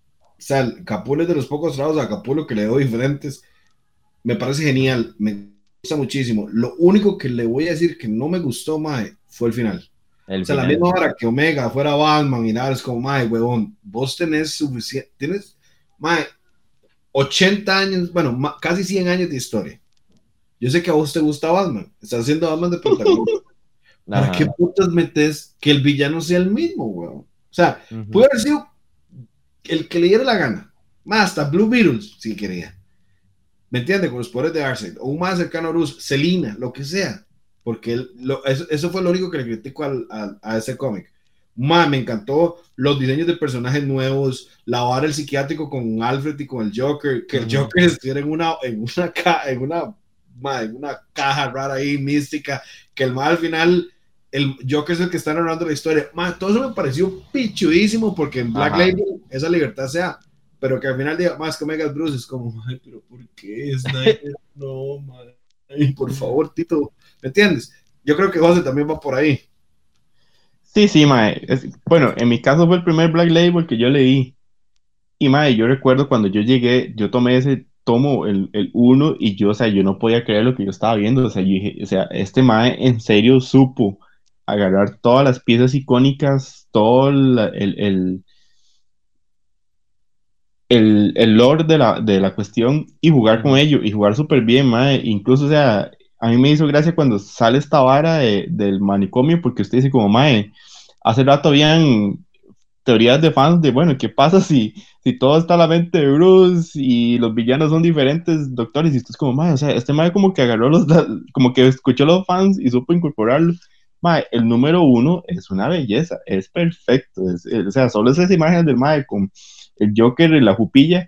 sea, Capullo es de los pocos trabajos a Capullo que le doy diferentes. Me parece genial, me gusta muchísimo. Lo único que le voy a decir que no me gustó, mae, fue el final. El O sea, la final. misma hora que Omega fuera Batman y nada, es como, mae, huevón, vos tenés suficiente, tienes, mae, ochenta años, bueno, casi cien años de historia. Yo sé que a vos te gusta Batman, estás haciendo Batman de protagonista. ¿Para qué putas metes que el villano sea el mismo, weón? O sea, uh-huh. Puede haber sido el que le diera la gana, más hasta Blue Beetles, si quería. ¿Me entiendes? Con los poderes de Darkseid, o un más cercano a Bruce, Selina, lo que sea. Porque él, lo, eso, eso fue lo único que le critico al, al, a ese cómic. Man, me encantó los diseños de personajes nuevos, la vara el psiquiátrico con Alfred y con el Joker, que uh-huh. el Joker estuviera en una, en una, en una, man, en una caja rara ahí, mística, que el man al final, el Joker es el que está narrando la historia. Man, todo eso me pareció pichudísimo porque en Black Ajá. Label esa libertad sea, pero que al final diga, más que Omega Bruce, es como, ay, pero ¿por qué? Snyder? No, man. Ay, por favor, Tito, ¿me entiendes? Yo creo que José también va por ahí. Sí, sí, mae. Es, bueno, en mi caso fue el primer Black Label que yo leí. Y, mae, yo recuerdo cuando yo llegué, yo tomé ese tomo, el, el uno, y yo, o sea, yo no podía creer lo que yo estaba viendo. O sea, yo dije, o sea, este mae en serio supo agarrar todas las piezas icónicas, todo el, el, el, el, el lore de la, de la cuestión y jugar uh-huh. con ello, y jugar súper bien, mae. Incluso, o sea, a mí me hizo gracia cuando sale esta vara de, del manicomio, porque usted dice como, mae, hace rato habían teorías de fans de, bueno, ¿qué pasa si, si todo está a la mente de Bruce y los villanos son diferentes doctores? Y esto es como, mae, o sea, este mae como que agarró los, como que escuchó a los fans y supo incorporarlo. Mae, el número uno es una belleza, es perfecto, es, es, o sea, solo esas imágenes del mae con el Joker y la jupilla.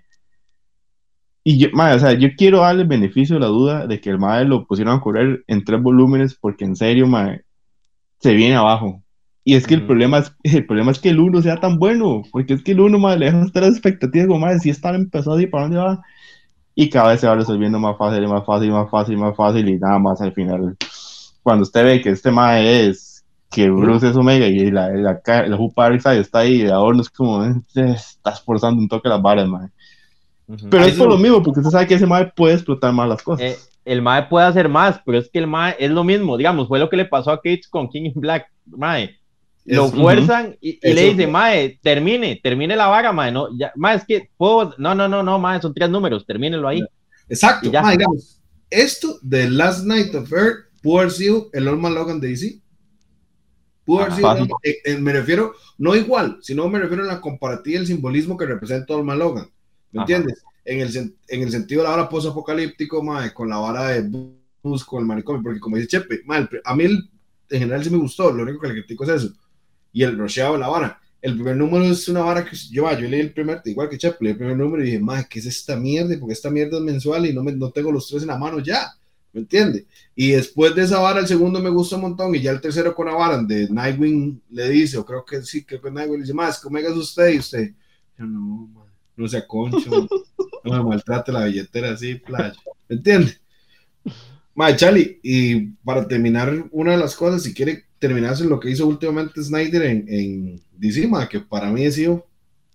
Y yo, mae, o sea, yo quiero darle el beneficio de la duda de que el mae lo pusieron a correr en tres volúmenes porque en serio, mae, se viene abajo. Y es que uh-huh. el, problema es, el problema es que el uno sea tan bueno, porque es que el uno, madre, le deja estar las expectativas como, madre, si está empezado y para dónde va, y cada vez se va resolviendo más fácil, y más fácil, más fácil, más fácil, y nada más al final, cuando usted ve que este madre es, que Bruce uh-huh. es Omega, y la, la, la, la Who Parasite está ahí, de ahora no es como, eh, está esforzando un toque las varas, madre. Uh-huh. Pero Ahí es por lo mismo, porque usted sabe que ese madre puede explotar más las cosas. Eh, el mae puede hacer más, pero es que el mae es lo mismo, digamos, fue lo que le pasó a Cage con King in Black, mae. Lo es, fuerzan uh-huh. y, y le dice, mae, termine, termine la vaga, mae, no, ya, mae, es que, puedo, no, no, no, no, mae, son tres números, termínelo ahí. Exacto, mae, digamos, esto de Last Night of Earth pudo haber sido el Norman Logan de D C. Pudo haber sido, el, el, me refiero, no igual, sino me refiero a la comparativa y el simbolismo que representa Norman Logan, ¿me Ajá. entiendes? En el, en el sentido de la vara post-apocalíptico, mae, con la vara de Bruce, con el manicomio, porque como dice Chepe, mae, a mí el, en general sí me gustó, lo único que le critico es eso. Y el rusheado de la vara. El primer número es una vara que yo, yo leí el primer, igual que Chep, leí el primer número y dije, madre, ¿qué es esta mierda? Porque esta mierda es mensual y no, me, no tengo los tres en la mano ya, ¿me entiende? Y después de esa vara, el segundo me gusta un montón y ya el tercero con la vara, de Nightwing le dice, o creo que sí, creo que Nightwing le dice, más, ¿cómo es usted? Y usted, yo no, man, no se aconcho, no me maltrate la billetera así, playa, ¿me entiende? Madre, Charlie, y para terminar, una de las cosas, si quiere terminarse lo que hizo últimamente Snyder en, en D C, ma, que para mí ha sido.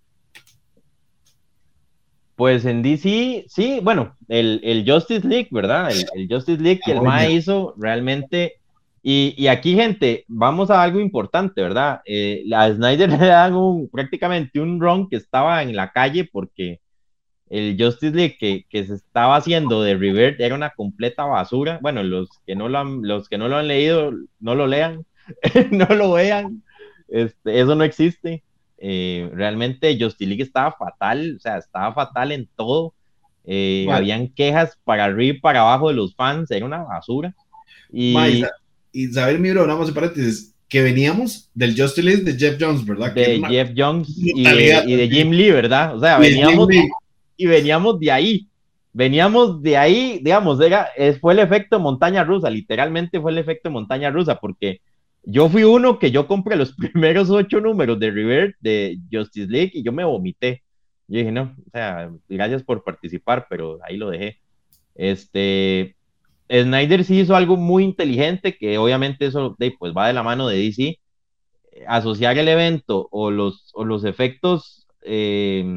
Pues en D C, sí, bueno, el, el Justice League, ¿verdad? El, el Justice League que el M A E hizo realmente. Y, y aquí, gente, vamos a algo importante, ¿verdad? Eh, a Snyder le dan un, prácticamente un run que estaba en la calle porque el Justice League que, que se estaba haciendo de Rebirth era una completa basura. Bueno, los que no lo han, los que no lo han leído, no lo lean, no lo vean, este, eso no existe. Eh, realmente Justice League estaba fatal, o sea, estaba fatal en todo. Eh, bueno. Habían quejas para arriba y para abajo de los fans, era una basura. Y, Ma, y saber, mi bro, vamos a paréntesis, que veníamos del Justice League de Jeff Jones, ¿verdad? De una... Jeff Jones y de, y de Jim Lee, ¿verdad? O sea, y veníamos y veníamos de ahí. Veníamos de ahí, digamos, era, fue el efecto montaña rusa, literalmente fue el efecto montaña rusa, porque yo fui uno que yo compré los primeros ocho números de Rebirth de Justice League y yo me vomité. Yo dije, no, o sea, gracias por participar, pero ahí lo dejé. Este, Snyder sí hizo algo muy inteligente, que obviamente eso pues va de la mano de D C, asociar el evento o los, o los efectos eh,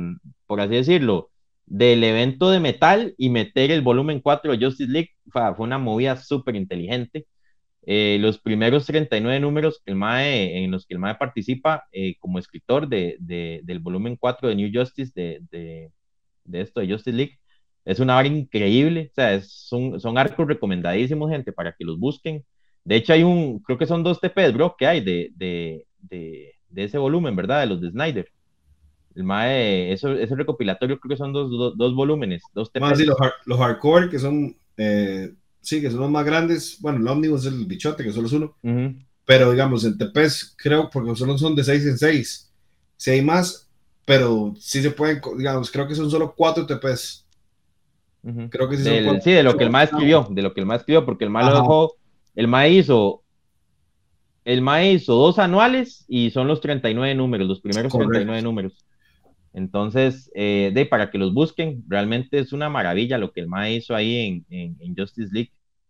por así decirlo, del evento de metal y meter el volumen cuatro de Justice League. Fue, fue una movida súper inteligente. Eh, los primeros treinta y nueve números que el Mae, en los que el Mae participa eh, como escritor de, de, del volumen cuatro de New Justice, de, de, de esto de Justice League, es una obra increíble. O sea, es, son, son arcos recomendadísimos, gente, para que los busquen. De hecho, hay un, creo que son dos T Ps, bro, que hay de, de, de, de ese volumen, ¿verdad? De los de Snyder. El Mae, eso, ese recopilatorio creo que son dos, dos, dos volúmenes, dos T Ps. Más sí, los, los hardcore, que son, eh, sí, que son los más grandes. Bueno, el Omnibus es el bichote, que solo es uno. Uh-huh. Pero digamos, en T Ps, creo, porque solo son de seis en seis. Si hay más, pero sí se pueden, digamos, creo que son solo cuatro T Ps. Uh-huh. Creo que sí Del, son cuatro. Sí, de lo que el Mae escribió, de lo que el Mae escribió, porque el Mae lo dejó, el Mae hizo, el Mae hizo dos anuales y son los treinta y nueve números, los primeros Correcto. treinta y nueve números. Entonces, eh, de, para que los busquen, realmente es una maravilla lo que el Mae hizo ahí en, en, en Justice League.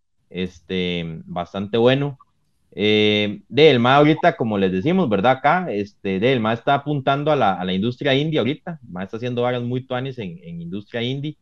Este, bastante bueno. Eh, de, el Mae ahorita, como les decimos, ¿verdad? Acá, este, de, el Mae está apuntando a la, a la industria indie ahorita. El Mae está haciendo varas muy tuanis en, en industria indie.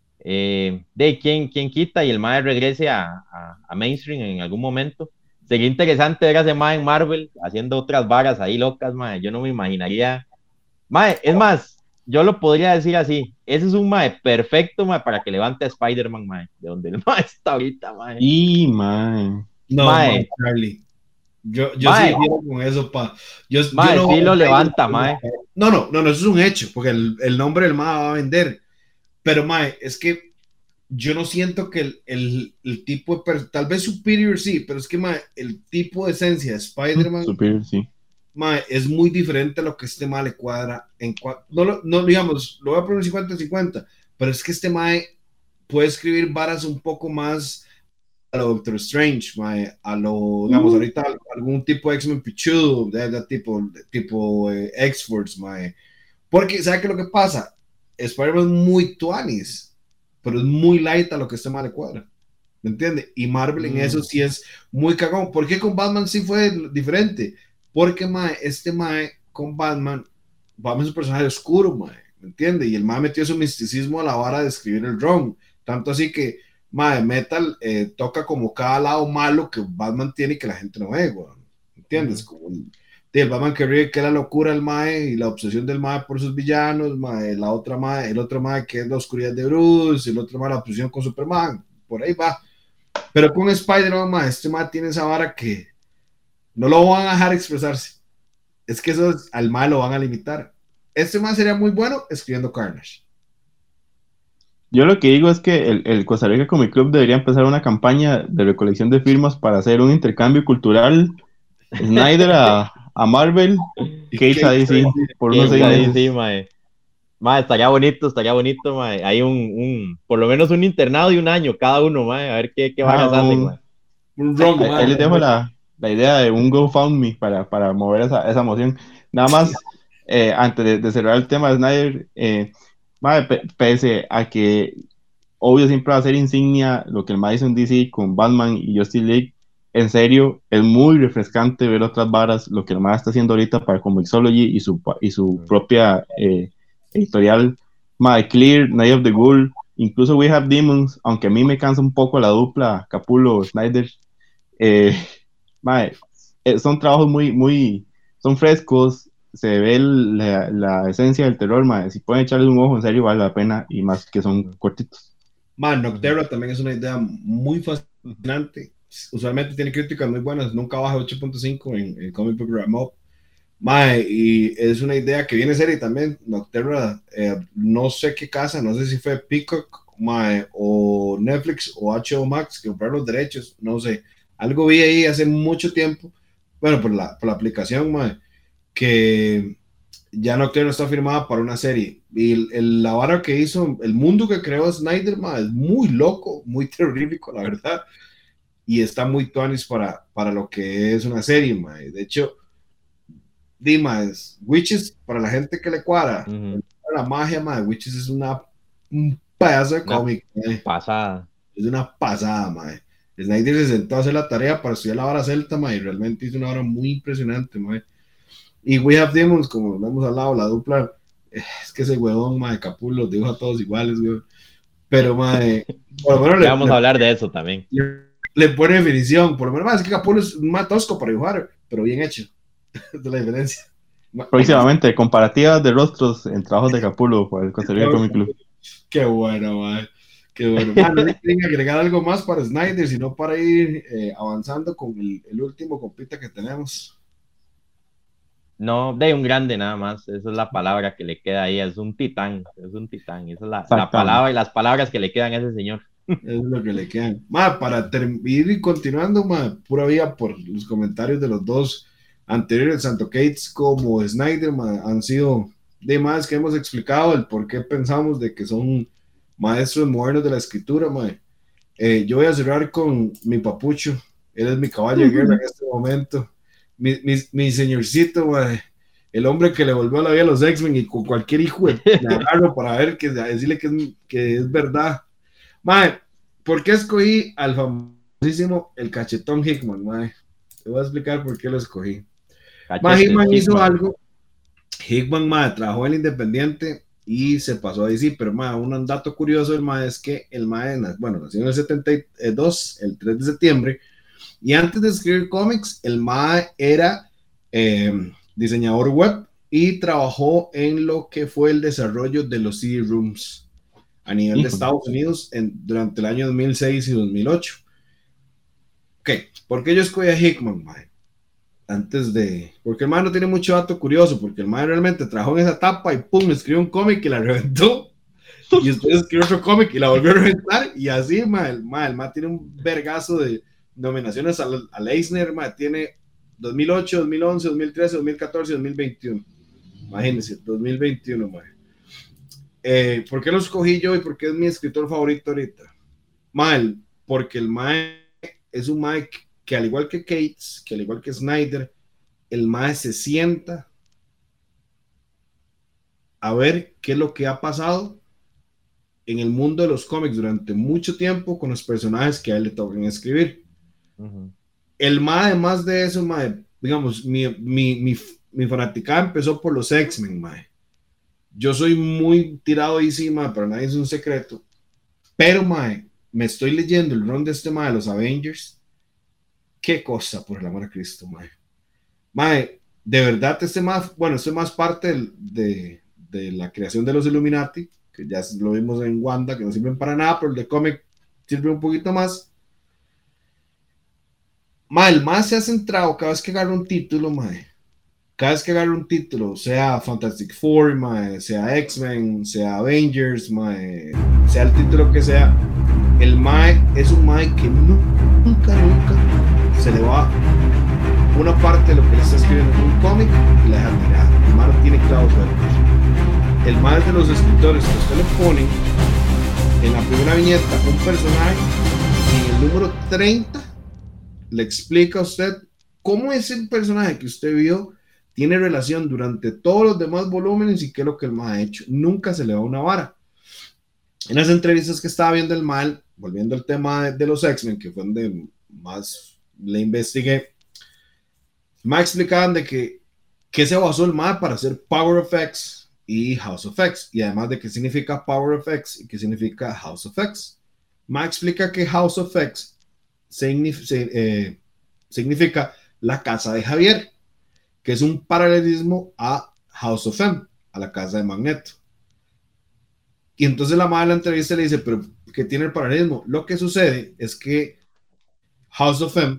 Eh, de, ¿quién, quién quita? Y el Mae regrese a, a, a mainstream en algún momento. Sería interesante ver a ese Mae en Marvel haciendo otras varas ahí locas, Mae. Yo no me imaginaría. Mae, es más, yo lo podría decir así, ese es un Mae perfecto, Mae, para que levante a Spider-Man, Mae, de donde el Mae está ahorita, Mae. Y, Mae. No, Mae, Charlie. Yo, yo mae. sí quiero con eso, pa. Yo, mae, yo no, sí lo levanta, Mae. No, no, no, no, eso es un hecho, porque el, el nombre del Mae va a vender. Pero, Mae, es que yo no siento que el, el, el tipo de, tal vez Superior sí, pero es que, Mae, el tipo de esencia de Spider-Man. Superior sí. Mae, es muy diferente a lo que este Mae le cuadra. En, no, no, digamos, lo voy a poner cincuenta cincuenta, pero es que este Mae puede escribir varas un poco más a lo Doctor Strange, Mae, a lo, digamos, uh-huh. ahorita algún tipo de X-Men pichudo, de, de tipo, de tipo eh, X-Force, Mae. Porque, ¿sabe qué es lo que pasa? Spider-Man es muy tuanis, pero es muy light a lo que este Mae le cuadra. ¿Me entiende? Y Marvel en uh-huh. eso sí es muy cagón. ¿Por qué con Batman sí fue diferente? Porque, mae, este mae con Batman, Batman es un personaje oscuro, mae, ¿me entiende? Y el mae metió su misticismo a la vara de escribir el ron. Tanto así que, mae, Metal eh, toca como cada lado malo que Batman tiene y que la gente no ve, güey. ¿Me entiendes? Uh-huh. Como el, el Batman que ríe, que es la locura del mae y la obsesión del mae por sus villanos, mae, la otra mae, el otro mae que es la oscuridad de Bruce, el otro mae la obsesión con Superman. Por ahí va. Pero con Spider-Man, mae, este mae tiene esa vara que no lo van a dejar expresarse. Es que eso es, al mal lo van a limitar. Este más sería muy bueno escribiendo Carnage. Yo lo que digo es que el, el Costa Rica Comic Club debería empezar una campaña de recolección de firmas para hacer un intercambio cultural. Snyder a, a Marvel, Case a D C, por unos seis meses. Sí, mae. Mae, estaría bonito, estaría bonito, mae. Hay un, un, por lo menos un internado de un año cada uno, mae. A ver qué, qué vagas ah, hacen, mae. Un wrong, ahí, ahí les dejo la... la idea de un GoFundMe para, para mover esa, esa moción. Nada más, eh, antes de, de cerrar el tema de Snyder, eh, madre, p- pese a que obvio siempre va a ser insignia lo que el mae hizo en D C con Batman y Justice League, en serio, es muy refrescante ver otras varas, lo que el mae está haciendo ahorita para Comixology y su, y su propia eh, editorial, madre, Clear, Night of the Ghoul, incluso We Have Demons, aunque a mí me cansa un poco la dupla Capullo-Snyder, eh, Mae, eh, son trabajos muy, muy, son frescos, se ve el, la, la esencia del terror, mae. Si pueden echarle un ojo, en serio, vale la pena, y más que son cortitos. Man, Nocterra también es una idea muy fascinante. Usualmente tiene críticas muy buenas, nunca baja ocho punto cinco en el Comic Book Wrap-Up. Mae, y es una idea que viene serie también. Nocterra, eh, no sé qué casa, no sé si fue Peacock, mae, o Netflix o H B O Max que compraron los derechos, no sé. Algo vi ahí hace mucho tiempo, bueno, por la, por la aplicación, mae, que ya Nocturno está firmada para una serie. Y el, el, la vara que hizo, el mundo que creó Snyder, mae, es muy loco, muy terrorífico, la verdad. Y está muy tuanis para, para lo que es una serie, mae. De hecho, Dimas, Witches, para la gente que le cuadra, uh-huh. la magia, mae, Witches es una, un pedazo de cómic. Mae. Pasada. Es una pasada, mae. Snyder se sentó a hacer la tarea para estudiar la vara celta, mae, y realmente hizo una vara muy impresionante, mae. Y We Have Demons, como lo hemos hablado, la dupla es que ese huevón, mae, Capullo los dibuja a todos iguales, güey. Pero, mae, por lo menos le le, vamos le, a hablar de eso también. Le, le pone definición, por lo menos, mae, es que Capullo es más tosco para dibujar, pero bien hecho. Esa es la diferencia. Próximamente, comparativas de rostros en trabajos de Capullo por el Costa Rica Comic Club. Qué bueno, mae. Qué bueno. Man, no tienen que agregar algo más para Snyder, sino para ir eh, avanzando con el, el último compita que tenemos. No, de un grande nada más, esa es la palabra que le queda ahí, es un titán, es un titán, esa es la, la palabra y las palabras que le quedan a ese señor. Es lo que le quedan. Ma, para ir continuando, ma, pura vía por los comentarios de los dos anteriores, tanto Cates como Snyder, ma, han sido de más que hemos explicado el por qué pensamos de que son maestros modernos de la escritura, ma. Eh, yo voy a cerrar con mi papucho, él es mi caballo de guerra en este momento, mi, mi, mi señorcito, ma, el hombre que le volvió a la vida a los X-Men y con cualquier hijo de agarro para ver, que decirle que es, que es verdad. Mae, ¿por qué escogí al famosísimo el cachetón Hickman, mae? Te voy a explicar por qué lo escogí. Mae, Hickman hizo algo. Hickman, mae, trabajó en Independiente y se pasó a D C, pero mae, un dato curioso del mae es que el mae, bueno, nació en el setenta y dos, el tres de septiembre, y antes de escribir cómics, el mae era eh, diseñador web y trabajó en lo que fue el desarrollo de los C D Rooms a nivel de Estados Unidos en, durante el año dos mil seis y dos mil ocho. Ok, ¿por qué yo escogí a Hickman, mae? Antes de... Porque el mae no tiene mucho dato curioso, porque el mae realmente trabajó en esa etapa y pum, escribió un cómic y la reventó, y después escribió otro cómic y la volvió a reventar, y así, mae, el mae, el mae tiene un vergazo de nominaciones al, al Eisner, mae, tiene dos mil ocho, dos mil once, dos mil trece, dos mil catorce, dos mil veintiuno. Imagínense, dos mil veintiuno, mae. Eh, ¿Por qué lo escogí yo y por qué es mi escritor favorito ahorita? Mal, porque el mae es un mae que al igual que Cates, que al igual que Snyder, el mae se sienta a ver qué es lo que ha pasado en el mundo de los cómics durante mucho tiempo con los personajes que a él le tocan escribir. Uh-huh. El mae, además de eso, mae, digamos, mi, mi, mi, mi fanaticada empezó por los X-Men, mae. Yo soy muy tirado easy, mae, para nadie es un secreto. Pero, mae, me estoy leyendo el run de este mae de los Avengers. Qué cosa, por el amor a Cristo, mae. Mae, de verdad, este más, bueno, este es más parte de, de, de la creación de los Illuminati, que ya lo vimos en Wanda, que no sirven para nada, pero el de cómic sirve un poquito más. Mae, el mae se ha centrado cada vez que agarra un título, mae. Cada vez que agarra un título, sea Fantastic Four, mae, sea X-Men, sea Avengers, mae, sea el título que sea, el mae es un mae que nunca, nunca se le va una parte de lo que le está escribiendo en un cómic y la deja tirada. El mae no tiene clavos sueltos. El mae es de los escritores que usted le pone en la primera viñeta un personaje y en el número treinta le explica a usted cómo ese personaje que usted vio tiene relación durante todos los demás volúmenes y qué es lo que el mae ha hecho. Nunca se le va una vara. En las entrevistas que estaba viendo el mae, volviendo al tema de, de los X-Men, que fue donde más le investigué, me explicaban de que, que se basó el mae para hacer Power of X y House of X, y además de qué significa Power of X y qué significa House of X. Me explica que House of X signif- eh, significa la casa de Javier, que es un paralelismo a House of M, a la casa de Magneto. Y entonces la madre de la entrevista le dice, pero ¿qué tiene el paralelismo? Lo que sucede es que House of M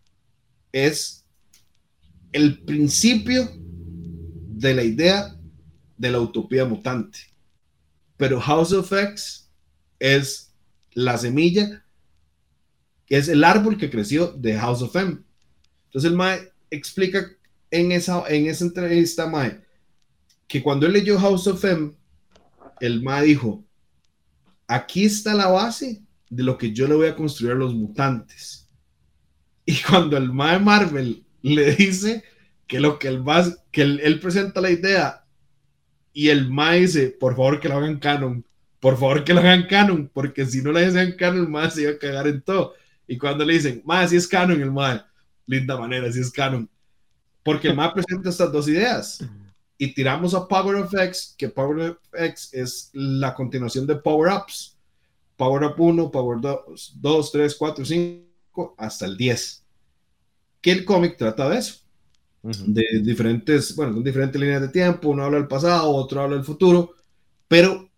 es el principio de la idea de la utopía mutante, pero House of X es la semilla, es el árbol que creció de House of M. Entonces el mae explica en esa, en esa entrevista, mae, que cuando él leyó House of M, el mae dijo, aquí está la base de lo que yo le voy a construir a los mutantes. Y cuando el mae Marvel le dice que lo que el más, que él, él presenta la idea y el mae dice, por favor que lo hagan canon, por favor que lo hagan canon, porque si no la hacen canon, el mae se iba a cagar en todo. Y cuando le dicen, mae, si es canon, el mae, linda manera, si es canon. Porque el mae presenta estas dos ideas. y tiramos a Power of X, que Power of X es la continuación de Power Ups. Power Up uno, Power dos, dos, tres, cuatro, cinco, hasta el diez. Que el cómic trata de eso. Uh-huh. De diferentes, bueno, son diferentes líneas de tiempo. Uno habla del pasado, otro habla del futuro, pero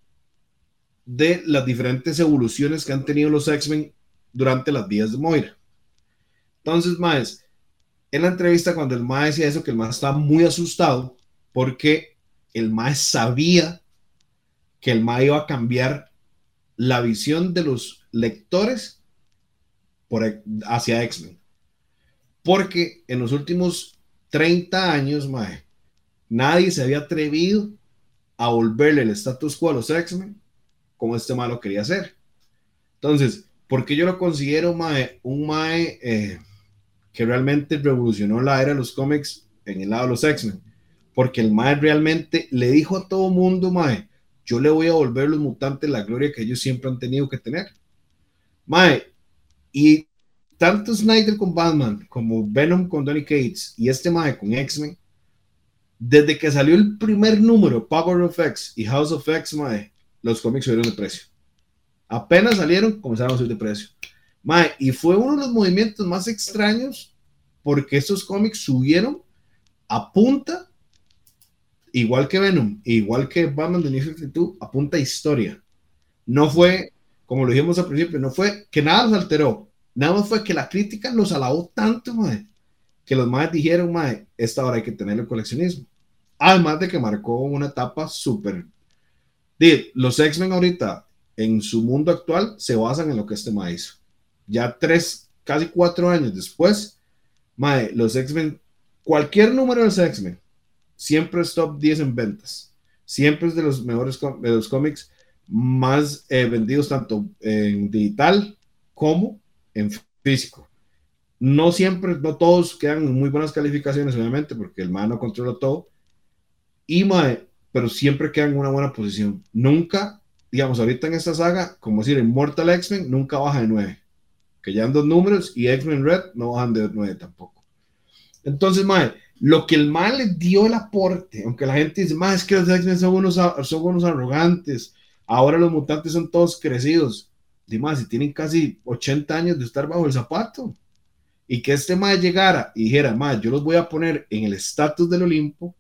de las diferentes evoluciones que han tenido los X-Men durante las vidas de Moira. Entonces, maes, en la entrevista cuando el maes decía eso, que el maes estaba muy asustado porque el maes sabía que el maes iba a cambiar la visión de los lectores por, hacia X-Men. Porque en los últimos treinta años, mae, nadie se había atrevido a volverle el status quo a los X-Men como este mae lo quería hacer. Entonces, ¿por qué yo lo considero, mae, un mae eh, que realmente revolucionó la era de los cómics en el lado de los X-Men? Porque el mae realmente le dijo a todo mundo, mae, yo le voy a volver a los mutantes la gloria que ellos siempre han tenido que tener. Mae, y tanto Snyder con Batman, como Venom con Donny Cates, y este mae con X-Men, desde que salió el primer número, Power of X y House of X, mae, los cómics subieron de precio. Apenas salieron, comenzaron a subir de precio. Mae, y fue uno de los movimientos más extraños, porque estos cómics subieron a punta, igual que Venom, igual que Batman de New cincuenta y dos, a punta historia. No fue, como lo dijimos al principio, no fue que nada los alteró, nada más fue que la crítica los alabó tanto, mae, que los maes dijeron, mae, esta hora hay que tener el coleccionismo. Además de que marcó una etapa súper... Los X-Men ahorita, en su mundo actual, se basan en lo que este mae hizo. Ya tres, casi cuatro años después, mae, los X-Men, cualquier número de los X-Men, siempre es top diez en ventas. Siempre es de los mejores de los cómics más eh, vendidos tanto en digital como en físico. No siempre, no todos quedan en muy buenas calificaciones, obviamente, porque el mae no controla todo. Y mae, pero siempre quedan en una buena posición. Nunca, digamos, ahorita en esta saga, como decir, en Mortal X-Men, nunca baja de nueve. Que ya en dos números, y X-Men Red no bajan de nueve tampoco. Entonces, mae, lo que el mae le dio el aporte, aunque la gente dice, mae, es que los X-Men son unos, son unos arrogantes, ahora los mutantes son todos crecidos. Dime, si tienen casi ochenta años de estar bajo el zapato, y que este mae llegara y dijera, mae, yo los voy a poner en el estatus del Olimpo,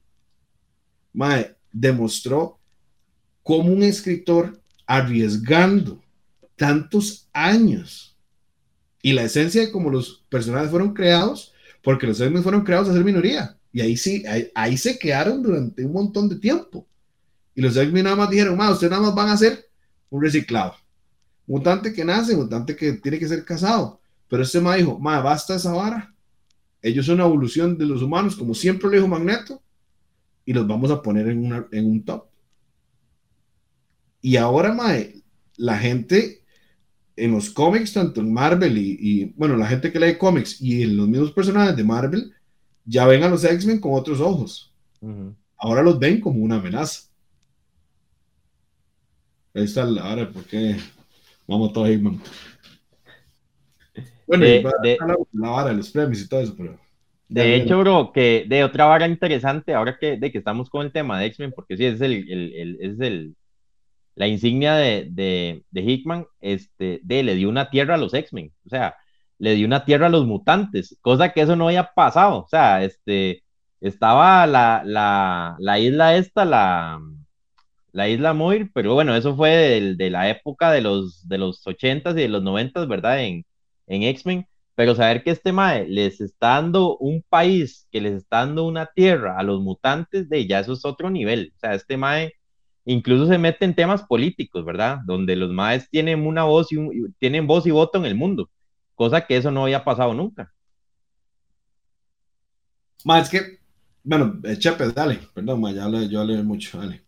mae, demostró cómo un escritor arriesgando tantos años y la esencia de cómo los personajes fueron creados, porque los X-Men fueron creados a ser minoría, y ahí sí, ahí, ahí se quedaron durante un montón de tiempo, y los X-Men nada más dijeron, mae, ustedes nada más van a hacer un reciclado, mutante que nace, mutante que tiene que ser casado, pero este mae dijo, mae, basta esa vara, ellos son una evolución de los humanos, como siempre lo dijo Magneto, y los vamos a poner en, una, en un top. Y ahora, mae, la gente en los cómics, tanto en Marvel y, y, bueno, la gente que lee cómics y en los mismos personajes de Marvel, ya ven a los X-Men con otros ojos. Uh-huh. Ahora los ven como una amenaza. Ahí está la hora, porque vamos todos Hickman. Bueno, de, y va de, a la, la vara, los premios y todo eso, pero... De hecho, bro, que de otra vara interesante, ahora que, de que estamos con el tema de X-Men, porque sí, es, el, el, el, es el, la insignia de, de, de Hickman, este, de, le dio una tierra a los X-Men, o sea, le dio una tierra a los mutantes, cosa que eso no había pasado, o sea, este, estaba la, la, la isla esta, la, la isla Moir, pero bueno, eso fue de, de la época de los, de los ochentas y de los noventas, ¿verdad? En, en X-Men. Pero saber que este mae les está dando un país, que les está dando una tierra a los mutantes, de ya eso es otro nivel. O sea, este mae incluso se mete en temas políticos, ¿verdad? Donde los maes tienen una voz y un, tienen voz y voto en el mundo, cosa que eso no había pasado nunca. Mae, es que, bueno, Chepe, dale, perdón, mae, ya hablé, yo hablé mucho, dale.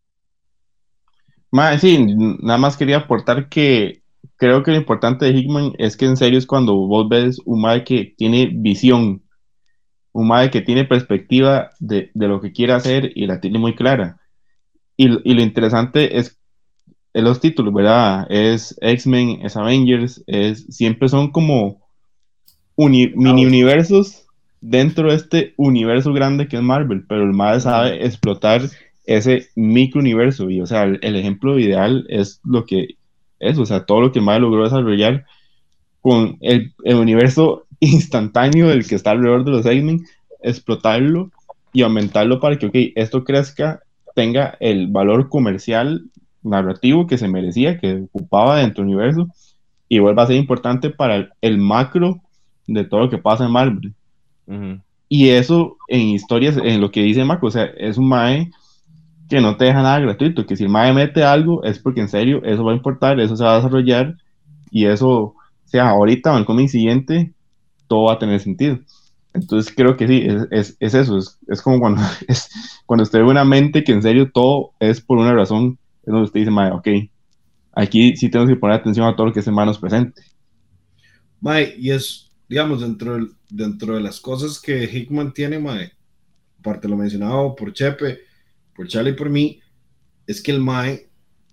Mae, sí, nada más quería aportar que creo que lo importante de Hickman es que en serio es cuando vos ves un mae que tiene visión, un mae que tiene perspectiva de, de lo que quiere hacer y la tiene muy clara. Y, y lo interesante es, es los títulos, ¿verdad? Es X-Men, es Avengers, es, siempre son como uni, mini universos dentro de este universo grande que es Marvel, pero el mae sabe explotar ese micro universo, y o sea, el, el ejemplo ideal es lo que es, o sea, todo lo que el mae logró desarrollar con el, el universo instantáneo del que está alrededor de los X-Men, explotarlo y aumentarlo para que, ok, esto crezca, tenga el valor comercial narrativo que se merecía, que ocupaba dentro del universo, y vuelva a ser importante para el, el macro de todo lo que pasa en Marvel. Uh-huh. Y eso en historias, en lo que dice Marco, o sea, es un mae que no te deja nada gratuito, que si el mae mete algo es porque en serio eso va a importar, eso se va a desarrollar, y eso, o sea, ahorita o en el cómic siguiente, todo va a tener sentido. Entonces creo que sí, es, es, es eso, es, es como cuando, es, cuando usted ve una mente que en serio todo es por una razón, es donde usted dice, mae, ok, aquí sí tenemos que poner atención a todo lo que ese mae nos presente. Mae, y es, digamos, dentro de, dentro de las cosas que Hickman tiene, mae, aparte lo mencionado por Chepe, por Charlie y por mí, es que el mae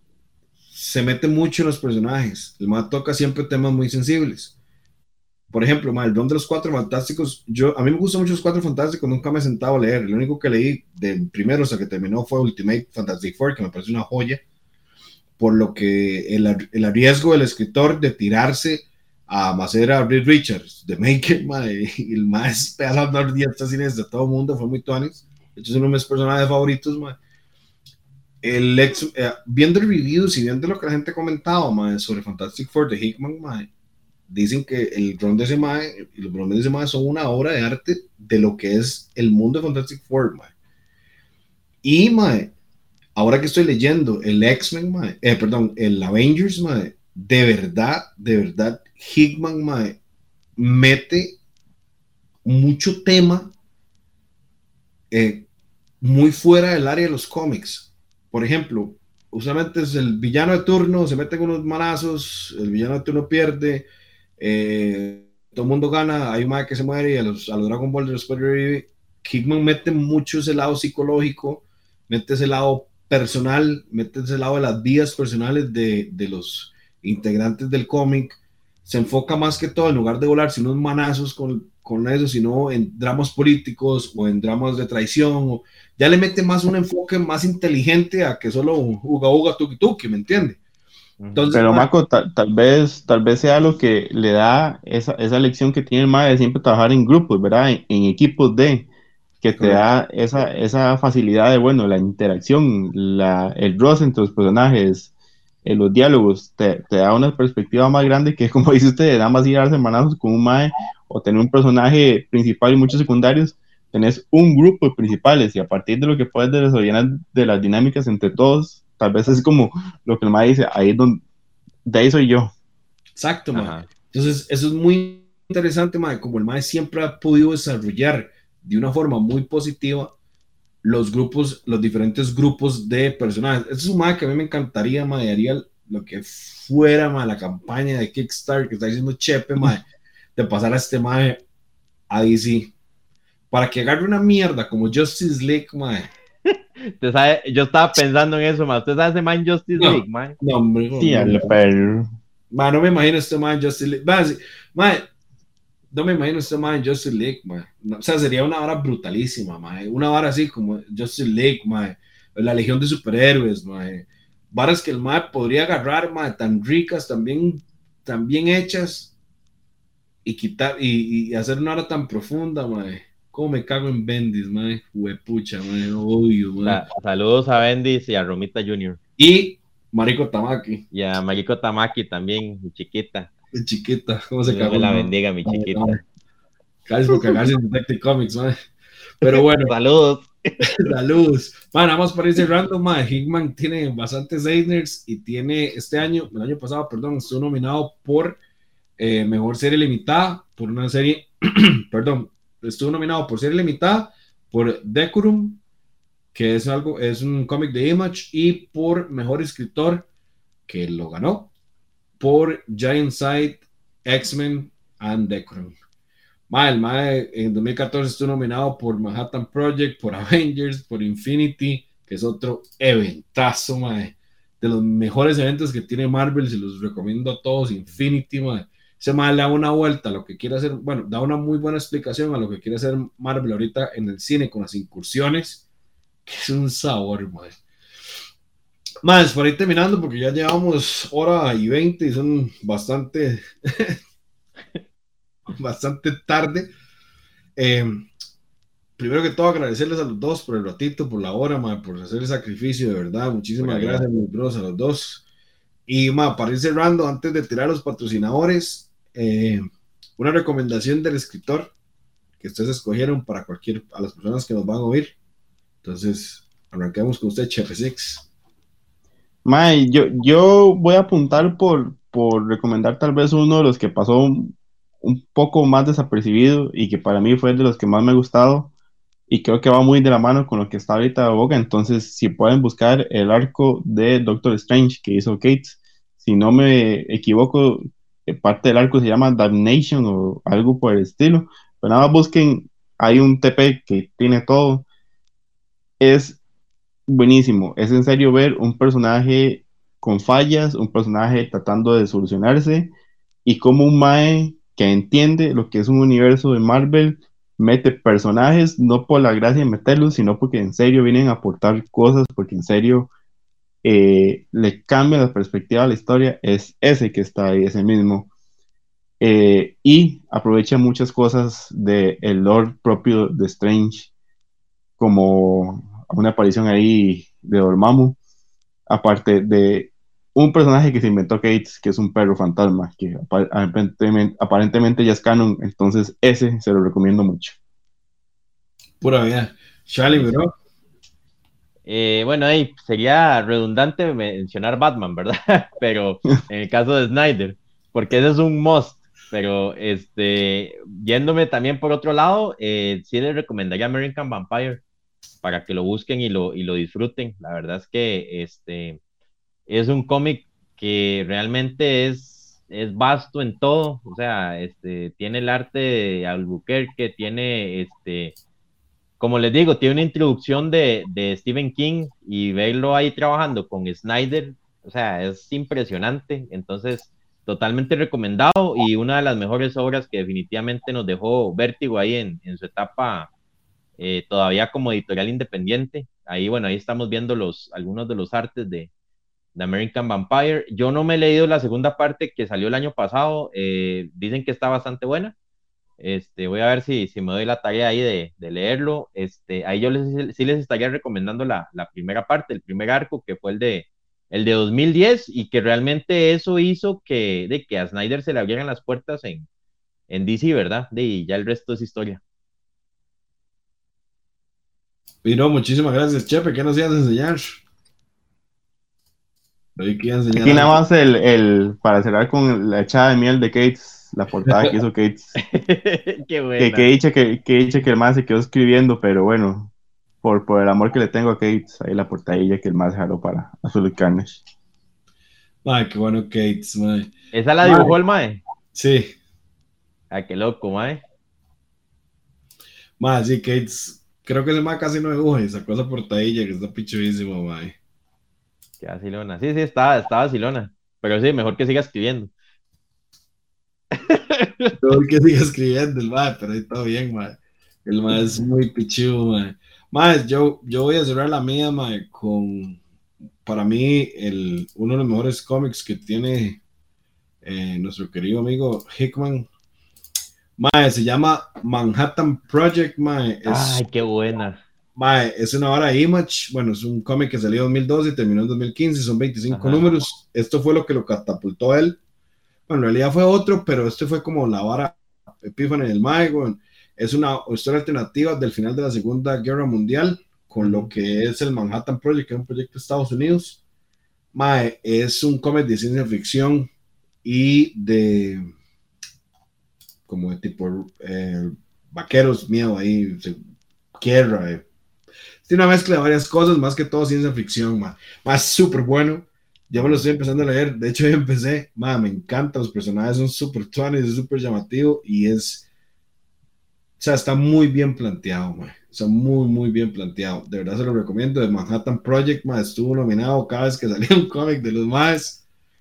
se mete mucho en los personajes. El mae toca siempre temas muy sensibles. Por ejemplo, mae, el Ron de los Cuatro Fantásticos, yo, a mí me gustan mucho los Cuatro Fantásticos, nunca me he sentado a leer. Lo único que leí del primero hasta que terminó fue Ultimate Fantastic Four, que me parece una joya, por lo que el, el arriesgo del escritor de tirarse a hacer a Reed Richards, de Maker, mae, y el más pedazo de dientes cines de todo el mundo, fue muy tuanis. De hecho, es uno de mis personajes favoritos, mae. El ex, eh, viendo reviews y viendo lo que la gente comentaba, mae, sobre Fantastic Four de Hickman, mae, dicen que el run de ese mae y los bromes de ese mae son una obra de arte de lo que es el mundo de Fantastic Four, mae. Y, mae, ahora que estoy leyendo el X-Men, mae, eh, perdón, el Avengers, mae, de verdad, de verdad, Hickman, mae, mete mucho tema eh, muy fuera del área de los cómics. Por ejemplo, usualmente es el villano de turno, se meten unos manazos, el villano de turno pierde, eh, todo el mundo gana, hay un mae que se muere y a los, a los Dragon Ball de los revive. Hickman mete mucho ese lado psicológico, mete ese lado personal, mete ese lado de las vidas personales de, de los integrantes del cómic. Se enfoca más que todo, en lugar de volarse unos manazos con, con eso, sino en dramas políticos o en dramas de traición, o, ya le mete más un enfoque más inteligente a que solo uga uga tuki tuki, ¿me entiende? Entonces, pero Marco, tal, tal vez tal vez sea lo que le da esa, esa lección que tiene el mae de siempre trabajar en grupos, ¿verdad? En, en equipos de, que te da esa, esa facilidad de, bueno, la interacción, la, el roce entre los personajes, eh, los diálogos, te, te da una perspectiva más grande que, como dice usted, nada más ir a darse manazos con un mae o tener un personaje principal y muchos secundarios. Tenés un grupo de principales y a partir de lo que puedes desarrollar de las dinámicas entre todos, tal vez es como lo que el mae dice, ahí es donde, de ahí soy yo. Exacto, mae. Entonces, eso es muy interesante, mae, como el mae siempre ha podido desarrollar de una forma muy positiva los grupos, los diferentes grupos de personajes. Eso es un mae que a mí me encantaría, mae, haría lo que fuera, mae, la campaña de Kickstarter que está diciendo Chepe, mae, de pasar a este mae a D C. Para que agarre una mierda como Justice League, mae. Usted sabe, yo estaba pensando en eso, mae. ¿Usted sabe ese man Justice no, League, mae? No, hombre. Sí, no, no, pero... mae, no me imagino este man Justice League. Mae, mae, no me imagino este man Justice League, mae. No, o sea, sería una vara brutalísima, mae. Una vara así como Justice League, mae. La Legión de Superhéroes, mae. Varas que el mae podría agarrar, mae, tan ricas, tan bien, tan bien hechas y quitar y, y hacer una vara tan profunda, mae. ¿Cómo me cago en Bendis, mae? Huepucha, mae. Obvio, mae. Saludos a Bendis y a Romita junior Y Mariko Tamaki. Y a Mariko Tamaki también, mi chiquita. Mi chiquita, ¿cómo se cago? Dios me la bendiga, mi chiquita. Casi por cagarse en Detective Comics, mae. Pero bueno. Saludos. Saludos. Bueno, nada más para ir cerrando, mae. Hickman tiene bastantes Eisners y tiene este año, el año pasado, perdón, estuvo nominado por eh, Mejor Serie Limitada, por una serie, perdón, estuvo nominado por Serie Limitada, por Decorum, que es algo, es un cómic de Image, y por Mejor Escritor, que lo ganó, por Giant Sight, X-Men and Decorum. Mae, el mae en dos mil catorce estuvo nominado por Manhattan Project, por Avengers, por Infinity, que es otro eventazo, mae, de los mejores eventos que tiene Marvel, se los recomiendo a todos. Infinity, mae, ese mae le da una vuelta a lo que quiere hacer, bueno, da una muy buena explicación a lo que quiere hacer Marvel ahorita en el cine con las incursiones, que es un sabor, mae. Más, por ahí terminando, porque ya llevamos hora y veinte y son bastante, bastante tarde. Eh, primero que todo, agradecerles a los dos por el ratito, por la hora, ma, por hacer el sacrificio, de verdad. Muchísimas Buena gracias, vida. mis bros, a los dos. Y ma, para ir cerrando, antes de tirar a los patrocinadores, eh, una recomendación del escritor que ustedes escogieron para cualquier, a las personas que nos van a oír. Entonces, arranquemos con usted, Chef Six. Mae, yo, yo voy a apuntar por, por recomendar tal vez uno de los que pasó un, un poco más desapercibido y que para mí fue de los que más me ha gustado y creo que va muy de la mano con lo que está ahorita de boga. Entonces, si pueden buscar el arco de Doctor Strange que hizo Cates, si no me equivoco, eh, parte del arco se llama Damnation o algo por el estilo, pero nada más busquen, hay un T P que tiene todo. Es buenísimo, es en serio ver un personaje con fallas, un personaje tratando de solucionarse y como un mae que entiende lo que es un universo de Marvel mete personajes no por la gracia de meterlos, sino porque en serio vienen a aportar cosas, porque en serio eh, le cambia la perspectiva a la historia, es ese que está ahí, ese mismo. Eh, y aprovecha muchas cosas del lore propio de Strange, como una aparición ahí de Dormammu, aparte de un personaje que se inventó Gates, que es un perro fantasma, que aparentemente, aparentemente ya es canon, entonces ese se lo recomiendo mucho. Pura vida. Charlie, Buenísimo. bro. Eh, bueno, ahí sería redundante mencionar Batman, ¿verdad? Pero en el caso de Snyder, porque ese es un must. Pero este, yéndome también por otro lado, eh, sí les recomendaría American Vampire para que lo busquen y lo, y lo disfruten. La verdad es que este, es un cómic que realmente es, es vasto en todo. O sea, este, tiene el arte de Albuquerque, tiene este como les digo, tiene una introducción de, de Stephen King y verlo ahí trabajando con Snyder, o sea, es impresionante. Entonces, totalmente recomendado y una de las mejores obras que definitivamente nos dejó Vértigo ahí en, en su etapa eh, todavía como editorial independiente. Ahí, bueno, ahí estamos viendo los, algunos de los artes de, de American Vampire. Yo no me he leído la segunda parte que salió el año pasado, eh, dicen que está bastante buena. Este, voy a ver si, si me doy la tarea ahí de, de leerlo. Este, ahí yo les, sí les estaría recomendando la, la primera parte, el primer arco, que fue el de, el de dos mil diez, y que realmente eso hizo que, de que a Snyder se le abrieran las puertas en, en D C, ¿verdad? De, y ya el resto es historia. Piro, muchísimas gracias, Chepe. ¿Qué nos ibas a enseñar? Hoy que iba a enseñar Aquí nada algo. más el, el para cerrar con la echada de miel de Gates, la portada que hizo Gates, Qué que, que buena. dice que, que dice que el más se quedó escribiendo, pero bueno, por, por el amor que le tengo a Gates, ahí la portadilla que el más jaló para Absolute Carnage. Ay, qué bueno, Kates, mae. ¿Esa la Mae, dibujó el Mae? sí, Ah, qué loco, Mae. mae, sí, Kates. Creo que ese mae casi no dibuja y sacó esa portadilla que está pichudísimo, mae. Qué vacilona. Sí, sí, estaba, estaba vacilona. Pero sí, mejor que siga escribiendo. Todo el que siga escribiendo el mae, pero ahí todo bien, mae. El mae es muy pichudo, mae. Mae, yo, yo voy a cerrar la mía, mae, con, para mí, el, uno de los mejores cómics que tiene eh, nuestro querido amigo Hickman. Mae, se llama Manhattan Project, mae. Es, Ay, qué buena. mae, es una hora de Image. Bueno, es un cómic que salió en dos mil doce y terminó en dos mil quince. Son veinticinco Ajá. números. Esto fue lo que lo catapultó a él. Bueno, en realidad fue otro, pero este fue como la vara epífana del mae, weón. Es una historia alternativa del final de la Segunda Guerra Mundial con lo Ujú. que es el Manhattan Project, que es un proyecto de Estados Unidos. Mae, es un cómic de ciencia ficción y de como de tipo eh, vaqueros, miedo ahí, guerra. Eh. Tiene una mezcla de varias cosas, más que todo ciencia ficción, más, más súper bueno. Ya me lo Ujú. estoy empezando a leer, de hecho ya empecé, ma, me encanta, los personajes son súper tuanes, es súper llamativo y es, o sea, está muy bien planteado, ma. Está muy, muy bien planteado. De verdad se lo recomiendo. The Manhattan Project, ma, estuvo nominado cada vez que salía un cómic de los más.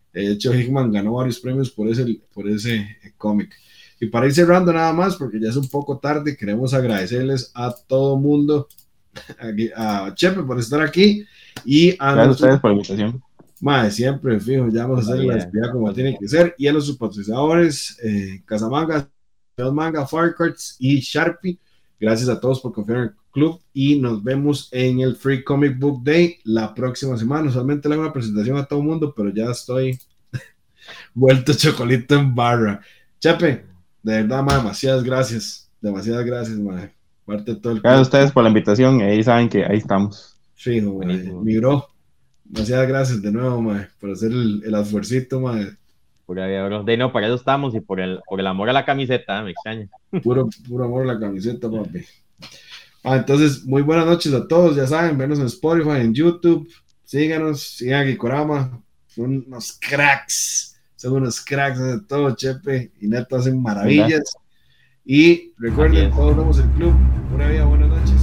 De hecho, Hickman ganó varios premios por ese, por ese eh, cómic. Y para ir cerrando nada más, porque ya es un poco tarde, queremos agradecerles a todo mundo, a, a Chepe por estar aquí y a Gracias a nosotros, ustedes por la invitación. Madre, siempre, fijo, ya vamos a hacer la despedida como tiene que ser. Y a los patrocinadores, eh, Casamanga, Manga, Firecards y Sharpie. Gracias a todos por confiar en el club y nos vemos en el Free Comic Book Day la próxima semana. Usualmente le hago una presentación a todo el mundo, pero ya estoy vuelto chocolito en barra. Chepe, de verdad, ma, demasiadas gracias. Demasiadas gracias, madre. Parte de todo el club. Gracias a ustedes por la invitación. Ahí saben que ahí estamos. Fijo, mi bro. Demasiadas gracias de nuevo, madre, por hacer el, el esfuercito, madre. Pura vida, bro. De no, para eso estamos y por el, por el amor a la camiseta, me extraña. Puro, puro amor a la camiseta, papi. Ah, entonces, muy buenas noches a todos, ya saben, venos en Spotify, en YouTube, síganos, sigan a Gikorama, son unos cracks, son unos cracks de todo, Chepe, y Neto hacen maravillas. Y recuerden, todos somos el club. Pura vida, buenas noches.